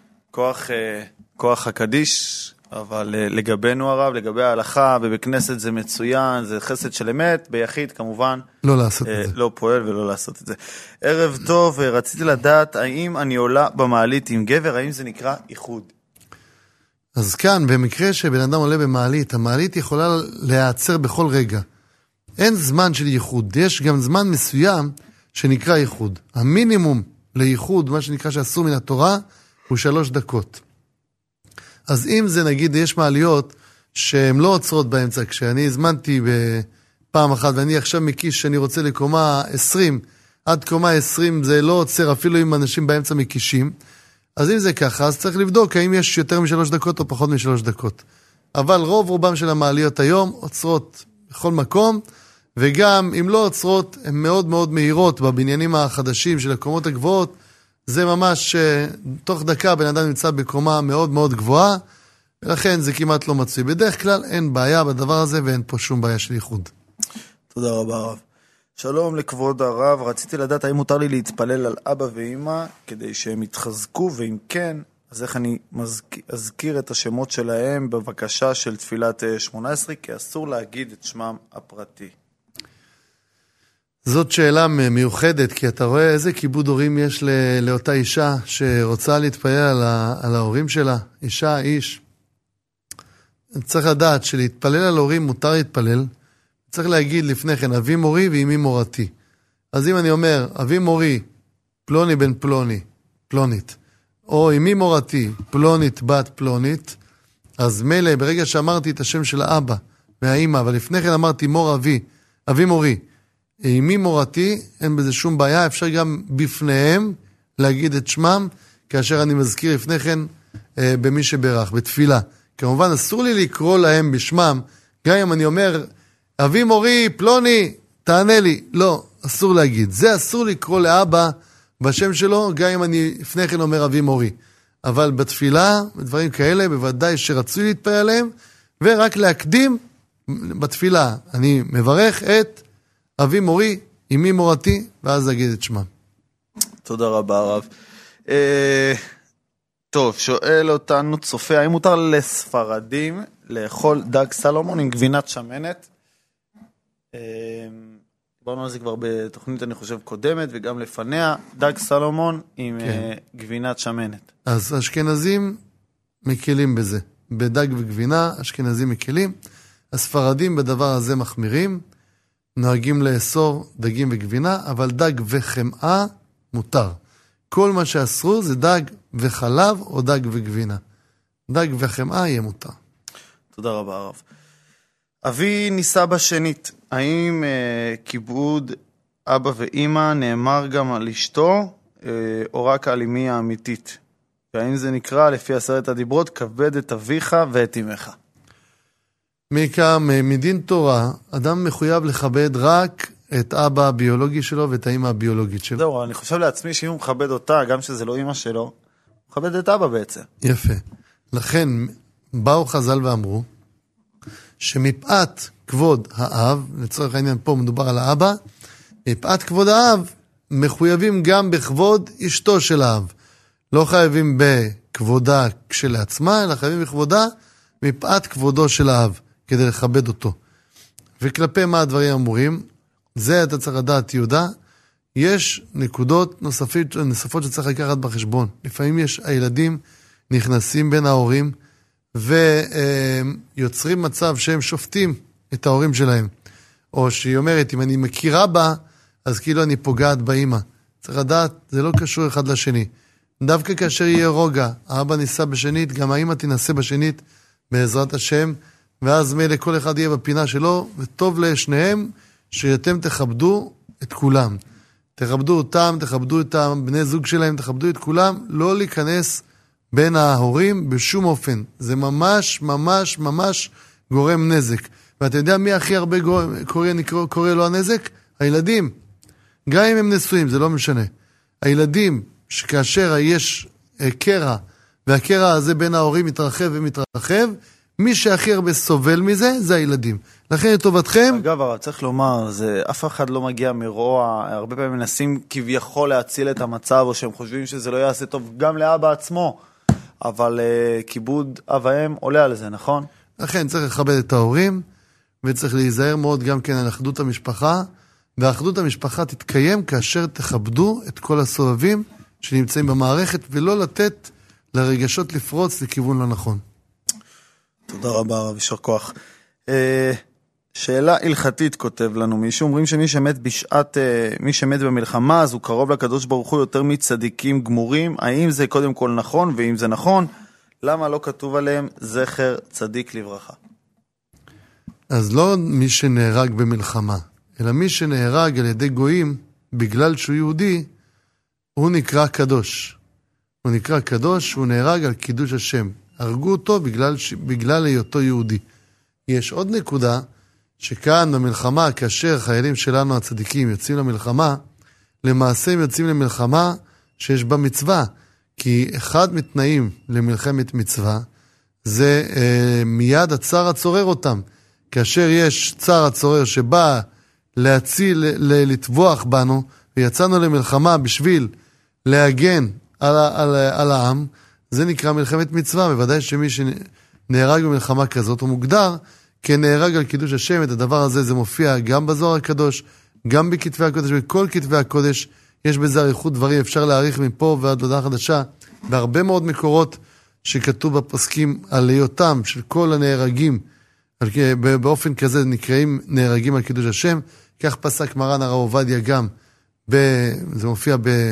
כוח הקדיש, אבל לגבינו הרב, לגבי ההלכה, ובכנסת זה מצוין, זה חסד של אמת, ביחיד כמובן. לא לעשות את זה. לא פועל ולא לעשות את זה. ערב טוב, רציתי לדעת, האם אני עולה במעלית עם גבר, האם זה נקרא איחוד? אז כאן, במקרה שבן אדם עולה במעלית, המעלית יכולה להיעצר בכל רגע. אין זמן של ייחוד, יש גם זמן מסוים שנקרא ייחוד. המינימום לייחוד, מה שנקרא שאסור מן התורה, הוא 3 דקות. אז אם זה נגיד, יש מעליות שהן לא עוצרות באמצע, כשאני הזמנתי בפעם אחת, ואני עכשיו מקיש שאני רוצה לקומה 20, עד קומה 20 זה לא עוצר אפילו אם אנשים באמצע מקישים. אז אם זה ככה, אז צריך לבדוק האם יש יותר מ3 דקות או פחות מ3 דקות. אבל רובם של המעליות היום עוצרות בכל מקום, וגם אם לא עוצרות, הן מאוד מאוד מהירות בבניינים החדשים של הקומות הגבוהות. זה ממש תוך דקה בן אדם נמצא בקומה מאוד מאוד גבוהה, ולכן זה כמעט לא מצוי. בדרך כלל אין בעיה בדבר הזה ואין פה שום בעיה של ייחוד. תודה רבה הרב. שלום לכבוד הרב, רציתי לדעת האם מותר לי להתפלל על אבא ואמא כדי שהם יתחזקו, ואם כן, אז איך אני אזכיר את השמות שלהם בבקשה של תפילת 18, כי אסור להגיד את שמם הפרטי. זאת שאלה מיוחדת, כי אתה רואה איזה כיבוד הורים יש לאותה אישה שרוצה להתפלל על ההורים שלה, אישה, איש. צריך לדעת שלהתפלל על הורים מותר להתפלל, צריך להגיד לפני כן, אבי מורי ואמי מורתי. אז אם אני אומר, אבי מורי, פלוני בן פלוני, פלונית, או אמי מורתי, פלונית בת פלונית, אז מילא, ברגע שאמרתי את השם של האבא והאמא, אבל לפני כן אמרתי מור אבי, אבי מורי, אמי מורתי, אין בזה שום בעיה, אפשר גם בפניהם להגיד את שמם, כאשר אני מזכיר לפני כן במי שברך, בתפילה. כמובן, אסור לי לקרוא להם בשמם, גם אם אני אומר, אבי מורי, פלוני, תענה לי. לא, אסור להגיד. זה אסור לקרוא לאבא בשם שלו, גם אם אני לפני כן אומר אבי מורי. אבל בתפילה, בדברים כאלה, בוודאי שרצוי להתפלל עליהם, ורק להקדים בתפילה. אני מברך את אבי מורי, אמי מורתי, ואז אגיד את שמם. תודה רבה הרב. טוב, שואל אותנו צופה, האם מותר לספרדים לאכול דג סלומון עם גבינת שמנת? דיברנו על זה כבר בתוכנית אני חושב קודמת וגם לפניה, דג סלומון עם גבינת שמנת. אז אשכנזים מקלים בזה, בדג וגבינה אשכנזים מקלים, הספרדים בדבר הזה מחמירים, נוהגים לאסור דגים וגבינה, אבל דג וחמאה מותר. כל מה שאסרו זה דג וחלב או דג וגבינה. דג וחמאה יהיה מותר. תודה רבה הרב. אבי ניסה בשנית, האם כיבוד אבא ואמא נאמר גם על אשתו או רק על אמי האמיתית? והאם זה נקרא לפי 10 הדיברות, כבד את אביך ואת אמך? מדין תורה, אדם מחויב לכבד רק את אבא הביולוגי שלו ואת האמא הביולוגית שלו. זהו, אני חושב לעצמי שאם הוא מכבד אותה, גם שזה לא אמא שלו, הוא מכבד את אבא בעצם. יפה. לכן באו חז"ל ואמרו, שמפאת כבוד האב, לצורך העניין פה מדובר על האבא, מפאת כבוד האב מחויבים גם בכבוד אשתו של האב. לא חייבים בכבודה כשלעצמה, אלא חייבים בכבודה מפאת כבודו של האב, כדי לכבד אותו. וכלפי מה הדברים אמורים? זה אתה צריך לדעת יהודה, יש נקודות נוספות שצריך לקחת בחשבון. לפעמים יש הילדים נכנסים בין ההורים, ויוצרים מצב שהם שופטים את ההורים שלהם. או שהיא אומרת, אם אני מכירה בה, אז כאילו אני פוגעת באמא. צריך לדעת, זה לא קשור אחד לשני. דווקא כאשר יהיה רוגע, האבא ניסה בשנית, גם האמא תנסה בשנית, בעזרת השם, ואז מילא כל אחד יהיה בפינה שלו, וטוב לשניהם שאתם תכבדו את כולם. תכבדו אותם, תכבדו את הבני זוג שלהם, תכבדו את כולם, לא להיכנס בין ההורים בשום אופן. זה ממש ממש ממש גורם נזק. ואתה יודע מי הכי הרבה קורא לו הנזק? הילדים. גם אם הם נשואים, זה לא משנה. הילדים, שכאשר יש קרע, והקרע הזה בין ההורים מתרחב ומתרחב, מי שהכי הרבה סובל מזה, זה הילדים. לכן לטובתכם... אגב, צריך לומר, אף אחד לא מגיע מרוע, הרבה פעמים מנסים כביכול להציל את המצב, או שהם חושבים שזה לא יעשה טוב גם לאבא עצמו, אבל כיבוד אב ואם עולה על זה, נכון? לכן צריך לכבד את ההורים, וצריך להיזהר מאוד גם כן על אחדות המשפחה, ואחדות המשפחה תתקיים כאשר תכבדו את כל הסובבים שנמצאים במערכת, ולא לתת לרגשות לפרוץ לכיוון לא נכון. תודה רבה רב, יישר כוח. שאלה הלכתית כותב לנו מישהו, אומרים שמי שמת מי שמת במלחמה, אז הוא קרוב לקדוש ברוך הוא יותר מצדיקים גמורים. האם זה קודם כל נכון? ואם זה נכון, למה לא כתוב עליהם זכר צדיק לברכה? אז לא מי שנהרג במלחמה, אלא מי שנהרג על ידי גויים בגלל שהוא יהודי, הוא נקרא קדוש. הוא נקרא קדוש, הוא נהרג על קידוש השם. הרגו אותו בגלל היותו יהודי. יש עוד נקודה, שכאן במלחמה, כאשר חיילים שלנו הצדיקים יוצאים למלחמה, למעשה הם יוצאים למלחמה שיש בה מצווה, כי אחד מתנאים למלחמת מצווה, זה מיד הצער הצורר אותם. כאשר יש צער הצורר שבא להציל, לטבוח בנו, ויצאנו למלחמה בשביל להגן על העם, זה נקרא מלחמת מצווה. בוודאי שמי שנהרג במלחמה כזאת הוא מוגדר כנהרג על קידוש השם. את הדבר הזה זה מופיע גם בזוהר הקדוש, גם בכתבי הקודש, בכל כתבי הקודש יש בזה אריכות דברים, אפשר להאריך מפה ועד הודעה חדשה, בהרבה מאוד מקורות שכתוב בפוסקים על היותם של כל הנהרגים, באופן כזה נקראים נהרגים על קידוש השם. כך פסק מרן הרב עובדיה גם, זה מופיע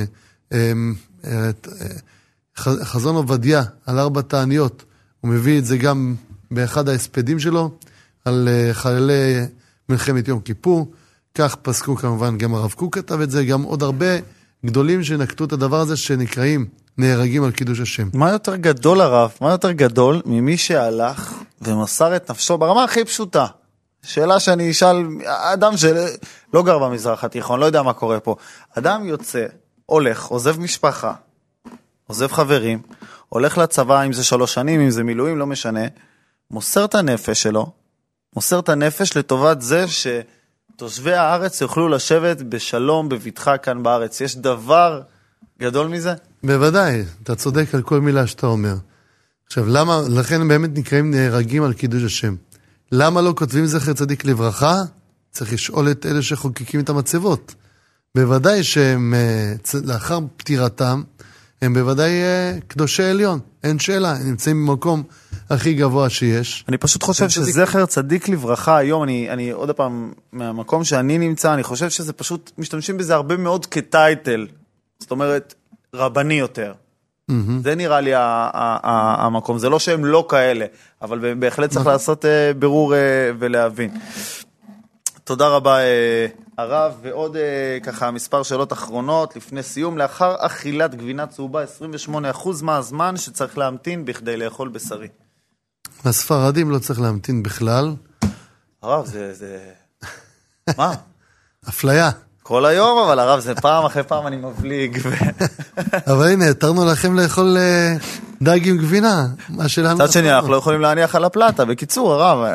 בחזון עובדיה על 4 תעניות, הוא מביא את זה גם באחד ההספדים שלו, על חללי מלחמת יום כיפור. כך פסקו כמובן, גם הרב קוק כתב את זה, גם עוד הרבה גדולים שנקטו את הדבר הזה שנקראים נהרגים על קידוש השם. מה יותר גדול הרב? מה יותר גדול ממי שהלך ומסר את נפשו ברמה הכי פשוטה? שאלה שאני אשאל, אדם שלא גר במזרח התיכון, לא יודע מה קורה פה. אדם יוצא, הולך, עוזב משפחה, עוזב חברים, הולך לצבא, אם זה 3 שנים, אם זה מילואים, לא משנה, מוסר את הנפש שלו, מוסר את הנפש לטובת זה שתושבי הארץ יוכלו לשבת בשלום, בביטחה כאן בארץ. יש דבר גדול מזה? בוודאי, אתה צודק על כל מילה שאתה אומר. עכשיו, למה, לכן באמת נקראים נהרגים על קידוש השם. למה לא כותבים זכר צדיק לברכה? צריך לשאול את אלה שחוקקים את המצבות. בוודאי שהם, לאחר פטירתם, הם בוודאי קדושי עליון. אין שאלה, הם נמצאים במקום הכי גבוה שיש. אני פשוט חושב שזכר צדיק לברכה היום, אני עוד פעם, מהמקום שאני נמצא, אני חושב שזה פשוט, משתמשים בזה הרבה מאוד כטייטל. זאת אומרת, רבני יותר. זה נראה לי המקום. זה לא שהם לא כאלה, אבל בהחלט צריך לעשות ברור ולהבין. תודה רבה הרב, ועוד ככה מספר שאלות אחרונות לפני סיום. לאחר אכילת גבינה צהובה, 28% מהזמן שצריך להמתין בכדי לאכול בשרי. הספרדים לא צריך להמתין בכלל. הרב, זה... מה? אפליה. כל היום, אבל הרב, זה פעם אחרי פעם אני מבליג. אבל הנה, התרנו לכם לאכול דג עם גבינה. צד שני, אנחנו לא יכולים להניח על הפלטה. בקיצור, הרב.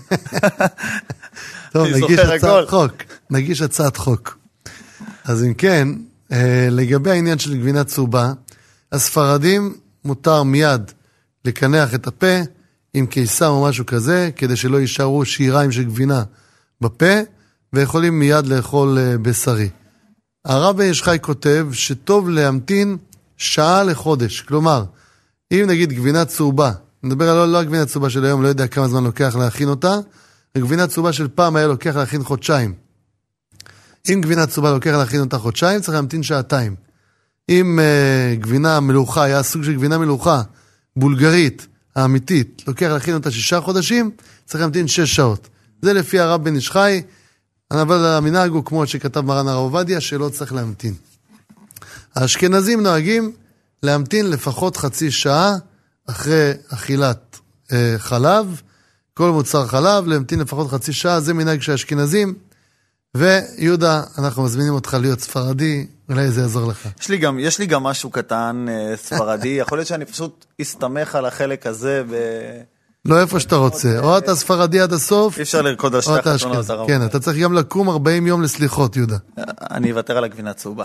טוב, נגיש הצעת חוק. אז אם כן, לגבי העניין של גבינה צהובה, הספרדים מותר מיד לקנח את הפה עם קיסם או משהו כזה, כדי שלא יישארו שיריים של גבינה בפה, ויכולים מיד לאכול בשרי. הרבי יש חי כותב שטוב להמתין שעה לחודש. כלומר, אם נגיד גבינה צהובה, נדבר על לא הגבינה צהובה של היום, לא יודע כמה זמן לוקח להכין אותה, הגבינה צהובה של פעם היה לוקח להכין חודשיים. אם גבינה צהובה לוקח להכין אותה חודשיים, צריך להמתין 2 שעות. אם גבינה מלוכה, היה סוג של גבינה מלוכה, בולגרית, האמיתית, לוקח להכין אותה 6 חודשים, צריך להמתין 6 שעות. זה לפי הרב בן איש חי, אבל המנהג הוא כמו שכתב מרן הרב עובדיה, שלא צריך להמתין. האשכנזים נוהגים להמתין לפחות 0.5 שעה אחרי אכילת חלב, כל מוצר חלב, להמתין לפחות 0.5 שעה, זה מנהג של האשכנזים. ויהודה, אנחנו מזמינים אותך להיות ספרדי, אולי זה יעזור לך. יש לי גם משהו קטן ספרדי, יכול להיות שאני פשוט אסתמך על החלק הזה לא איפה שאתה רוצה, או אתה ספרדי עד הסוף, אי אפשר לרקוד על שתי החתונות. כן, אתה צריך גם לקום 40 יום לסליחות, יהודה. אני אוותר על הגבינה צהובה.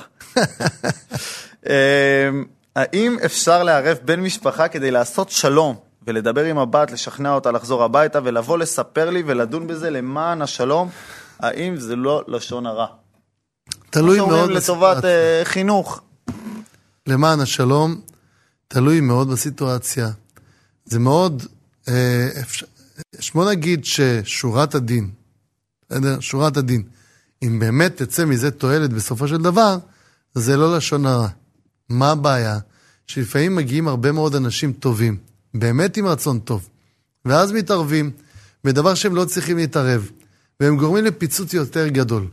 האם אפשר לערב בן משפחה כדי לעשות שלום, ולדבר עם הבת, לשכנע אותה לחזור הביתה, ולבוא לספר לי ולדון בזה למען השלום, האם זה לא לשון הרע? תלוי מאוד לטובת חינוך. למען השלום, תלוי מאוד בסיטואציה. זה מאוד... בוא נגיד ששורת הדין, שורת הדין, אם באמת תצא מזה תועלת בסופו של דבר, זה לא לשון הרע. מה הבעיה? שלפעמים מגיעים הרבה מאוד אנשים טובים, באמת עם רצון טוב, ואז מתערבים בדבר שהם לא צריכים להתערב, והם גורמים לפיצוץ יותר גדול.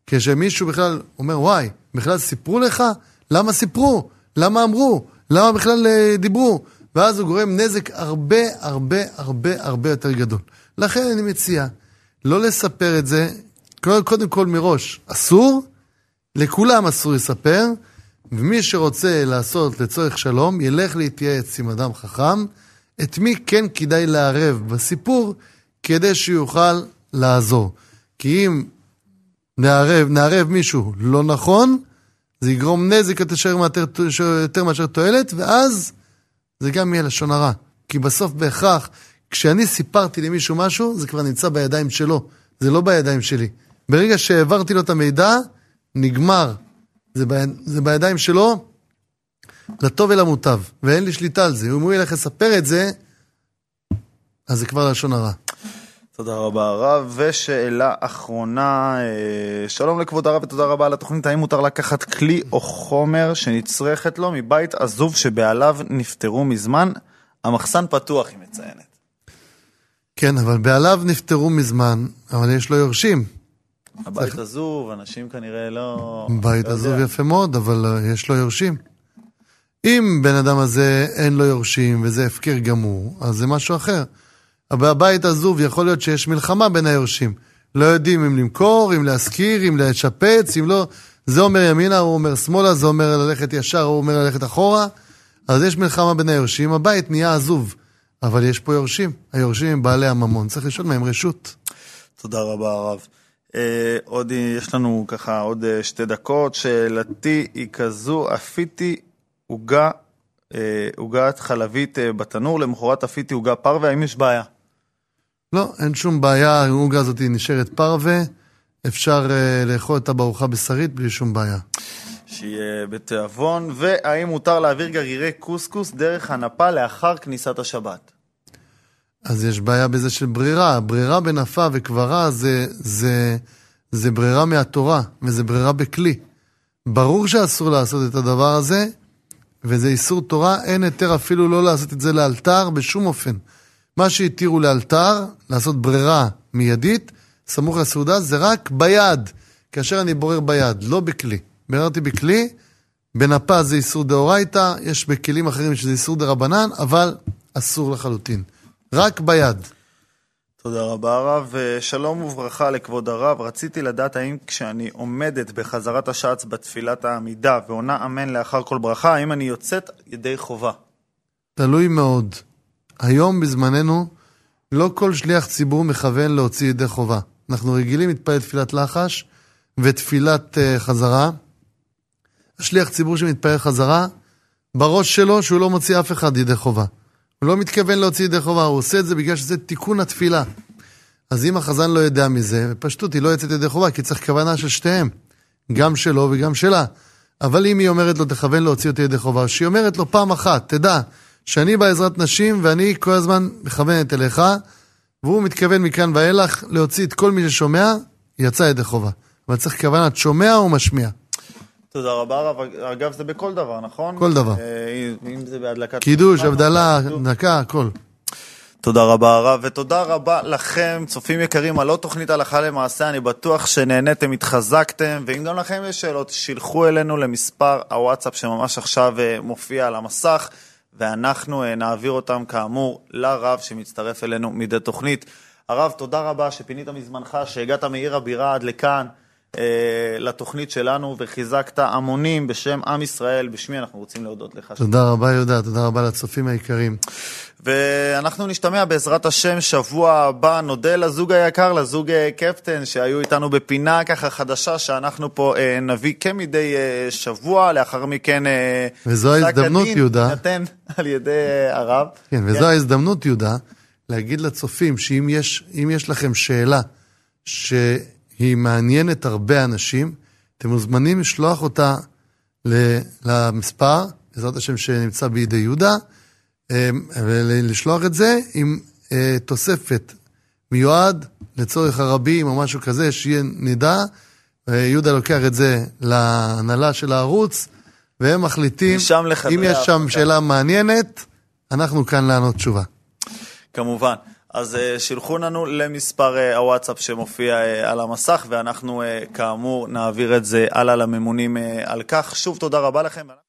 כשמישהו בכלל אומר, וואי, בכלל סיפרו לך? למה סיפרו? למה אמרו? למה בכלל דיברו? ואז הוא גורם נזק הרבה, הרבה, הרבה, הרבה יותר גדול. לכן אני מציע, לא לספר את זה, קודם כל מראש, אסור, לכולם אסור לספר, ומי שרוצה לעשות לצורך שלום, ילך להתייעץ עם אדם חכם, את מי כן כדאי לערב בסיפור, כדי שיוכל לעזור. כי אם נערב מישהו לא נכון, זה יגרום נזק יותר מאשר תועלת, ואז זה גם יהיה לשון הרע. כי בסוף בהכרח, כשאני סיפרתי למישהו משהו, זה כבר נמצא בידיים שלו. זה לא בידיים שלי. ברגע שהעברתי לו את המידע, נגמר. זה בידיים שלו, לטוב ולמוטב. ואין לי שליטה על זה. אם הוא ילך לספר את זה, אז זה כבר לשון הרע. תודה רבה הרב, ושאלה אחרונה, שלום לכבוד הרב ותודה רבה על התוכנית, האם מותר לקחת כלי או חומר שנצרכת לו מבית עזוב שבעליו נפטרו מזמן? המחסן פתוח, היא מציינת. כן, אבל בעליו נפטרו מזמן, אבל יש לו יורשים. הבית עזוב, אנשים כנראה לא... בית עזוב יפה מאוד, אבל יש לו יורשים. אם בן אדם הזה אין לו יורשים וזה הפקר גמור, אז זה משהו אחר. אבל בבית עזוב יכול להיות שיש מלחמה בין היורשים. לא יודעים אם למכור, אם להזכיר, אם לשפץ, אם לא... זה אומר ימינה, הוא אומר שמאלה, זה אומר ללכת ישר, הוא אומר ללכת אחורה. אז יש מלחמה בין היורשים, הבית נהיה עזוב. אבל יש פה יורשים. היורשים הם בעלי הממון. צריך לשאול מהם רשות. תודה רבה הרב. עוד יש לנו ככה עוד 2 דקות. שאלתי היא כזו, אפיתי עוגת חלבית בתנור, למחרת אפיתי עוגה פרווה, האם יש בעיה? לא, אין שום בעיה, העוגה הזאת נשארת פרווה, אפשר לאכול אותה בארוחה בשרית בלי שום בעיה. שיהיה בתיאבון, והאם מותר להעביר גרעירי קוסקוס דרך הנפה לאחר כניסת השבת? אז יש בעיה בזה של ברירה, ברירה בנפה וקברה זה ברירה מהתורה, וזה ברירה בכלי. ברור שאסור לעשות את הדבר הזה, וזה איסור תורה, אין יותר אפילו לא לעשות את זה לאלתר בשום אופן. מה שהתירו לאלתר, לעשות ברירה מיידית, סמוך לסעודה, זה רק ביד, כאשר אני בורר ביד, לא בכלי. בררתי בכלי, בנפה זה איסור דאורייתא, יש בכלים אחרים שזה איסור דרבנן, אבל אסור לחלוטין. רק ביד. תודה רבה הרב, שלום וברכה לכבוד הרב, רציתי לדעת האם כשאני עומדת בחזרת השעץ בתפילת העמידה ועונה אמן לאחר כל ברכה, האם אני יוצאת ידי חובה? תלוי מאוד. היום בזמננו לא כל שליח ציבור מכוון להוציא ידי חובה. אנחנו רגילים להתפלל תפילת לחש ותפילת חזרה. השליח ציבור שמתפלל חזרה, בראש שלו שהוא לא מוציא אף אחד ידי חובה. הוא לא מתכוון להוציא ידי חובה, הוא עושה את זה בגלל שזה תיקון התפילה. אז אם החזן לא יודע מזה, בפשטות היא לא יוצאת ידי חובה, כי צריך כוונה של שתיהם, גם שלו וגם שלה. אבל אם היא אומרת לו, תכוון להוציא אותי ידי חובה, שהיא אומרת לו פעם אחת, תדע, שאני בעזרת נשים, ואני כל הזמן מכוונת אליך, והוא מתכוון מכאן ואילך להוציא את כל מי ששומע, יצא ידי חובה. אבל צריך כוונת שומע או משמיע. תודה רבה, אגב זה בכל דבר, נכון? כל דבר. אם זה בהדלקת... קידוש, הבדלה, דקה, הכל. תודה רבה הרב, ותודה רבה לכם, צופים יקרים, על עוד תוכנית הלכה למעשה, אני בטוח שנהנתם, התחזקתם, ואם גם לכם יש שאלות, שילחו אלינו למספר הוואטסאפ שממש עכשיו מופיע על המסך, ואנחנו נעביר אותם כאמור לרב שמצטרף אלינו מדי תוכנית. הרב, תודה רבה שפינית מזמנך, שהגעת מעיר הבירה עד לכאן, לתוכנית שלנו, וחיזקת המונים בשם עם ישראל, בשמי אנחנו רוצים להודות לך. תודה רבה יהודה, תודה רבה לצופים היקרים. ואנחנו נשתמע בעזרת השם שבוע הבא, נודה לזוג היקר, לזוג קפטן, שהיו איתנו בפינה ככה חדשה, שאנחנו פה נביא כמדי שבוע, לאחר מכן וזו ההזדמנות יהודה, נתן על ידי הרב. כן, וזו ההזדמנות יהודה, להגיד לצופים שאם יש לכם שאלה שהיא מעניינת הרבה אנשים, אתם מוזמנים לשלוח אותה למספר, בעזרת השם שנמצא בידי יהודה, ולשלוח את זה עם תוספת מיועד לצורך הרבים או משהו כזה, שיהיה נדע, יהודה לוקח את זה להנהלה של הערוץ, והם מחליטים, אם יש שם שאלה מעניינת, אנחנו כאן לענות תשובה. כמובן. אז שילחו לנו למספר הוואטסאפ שמופיע על המסך, ואנחנו כאמור נעביר את זה הלאה לממונים על כך. שוב תודה רבה לכם.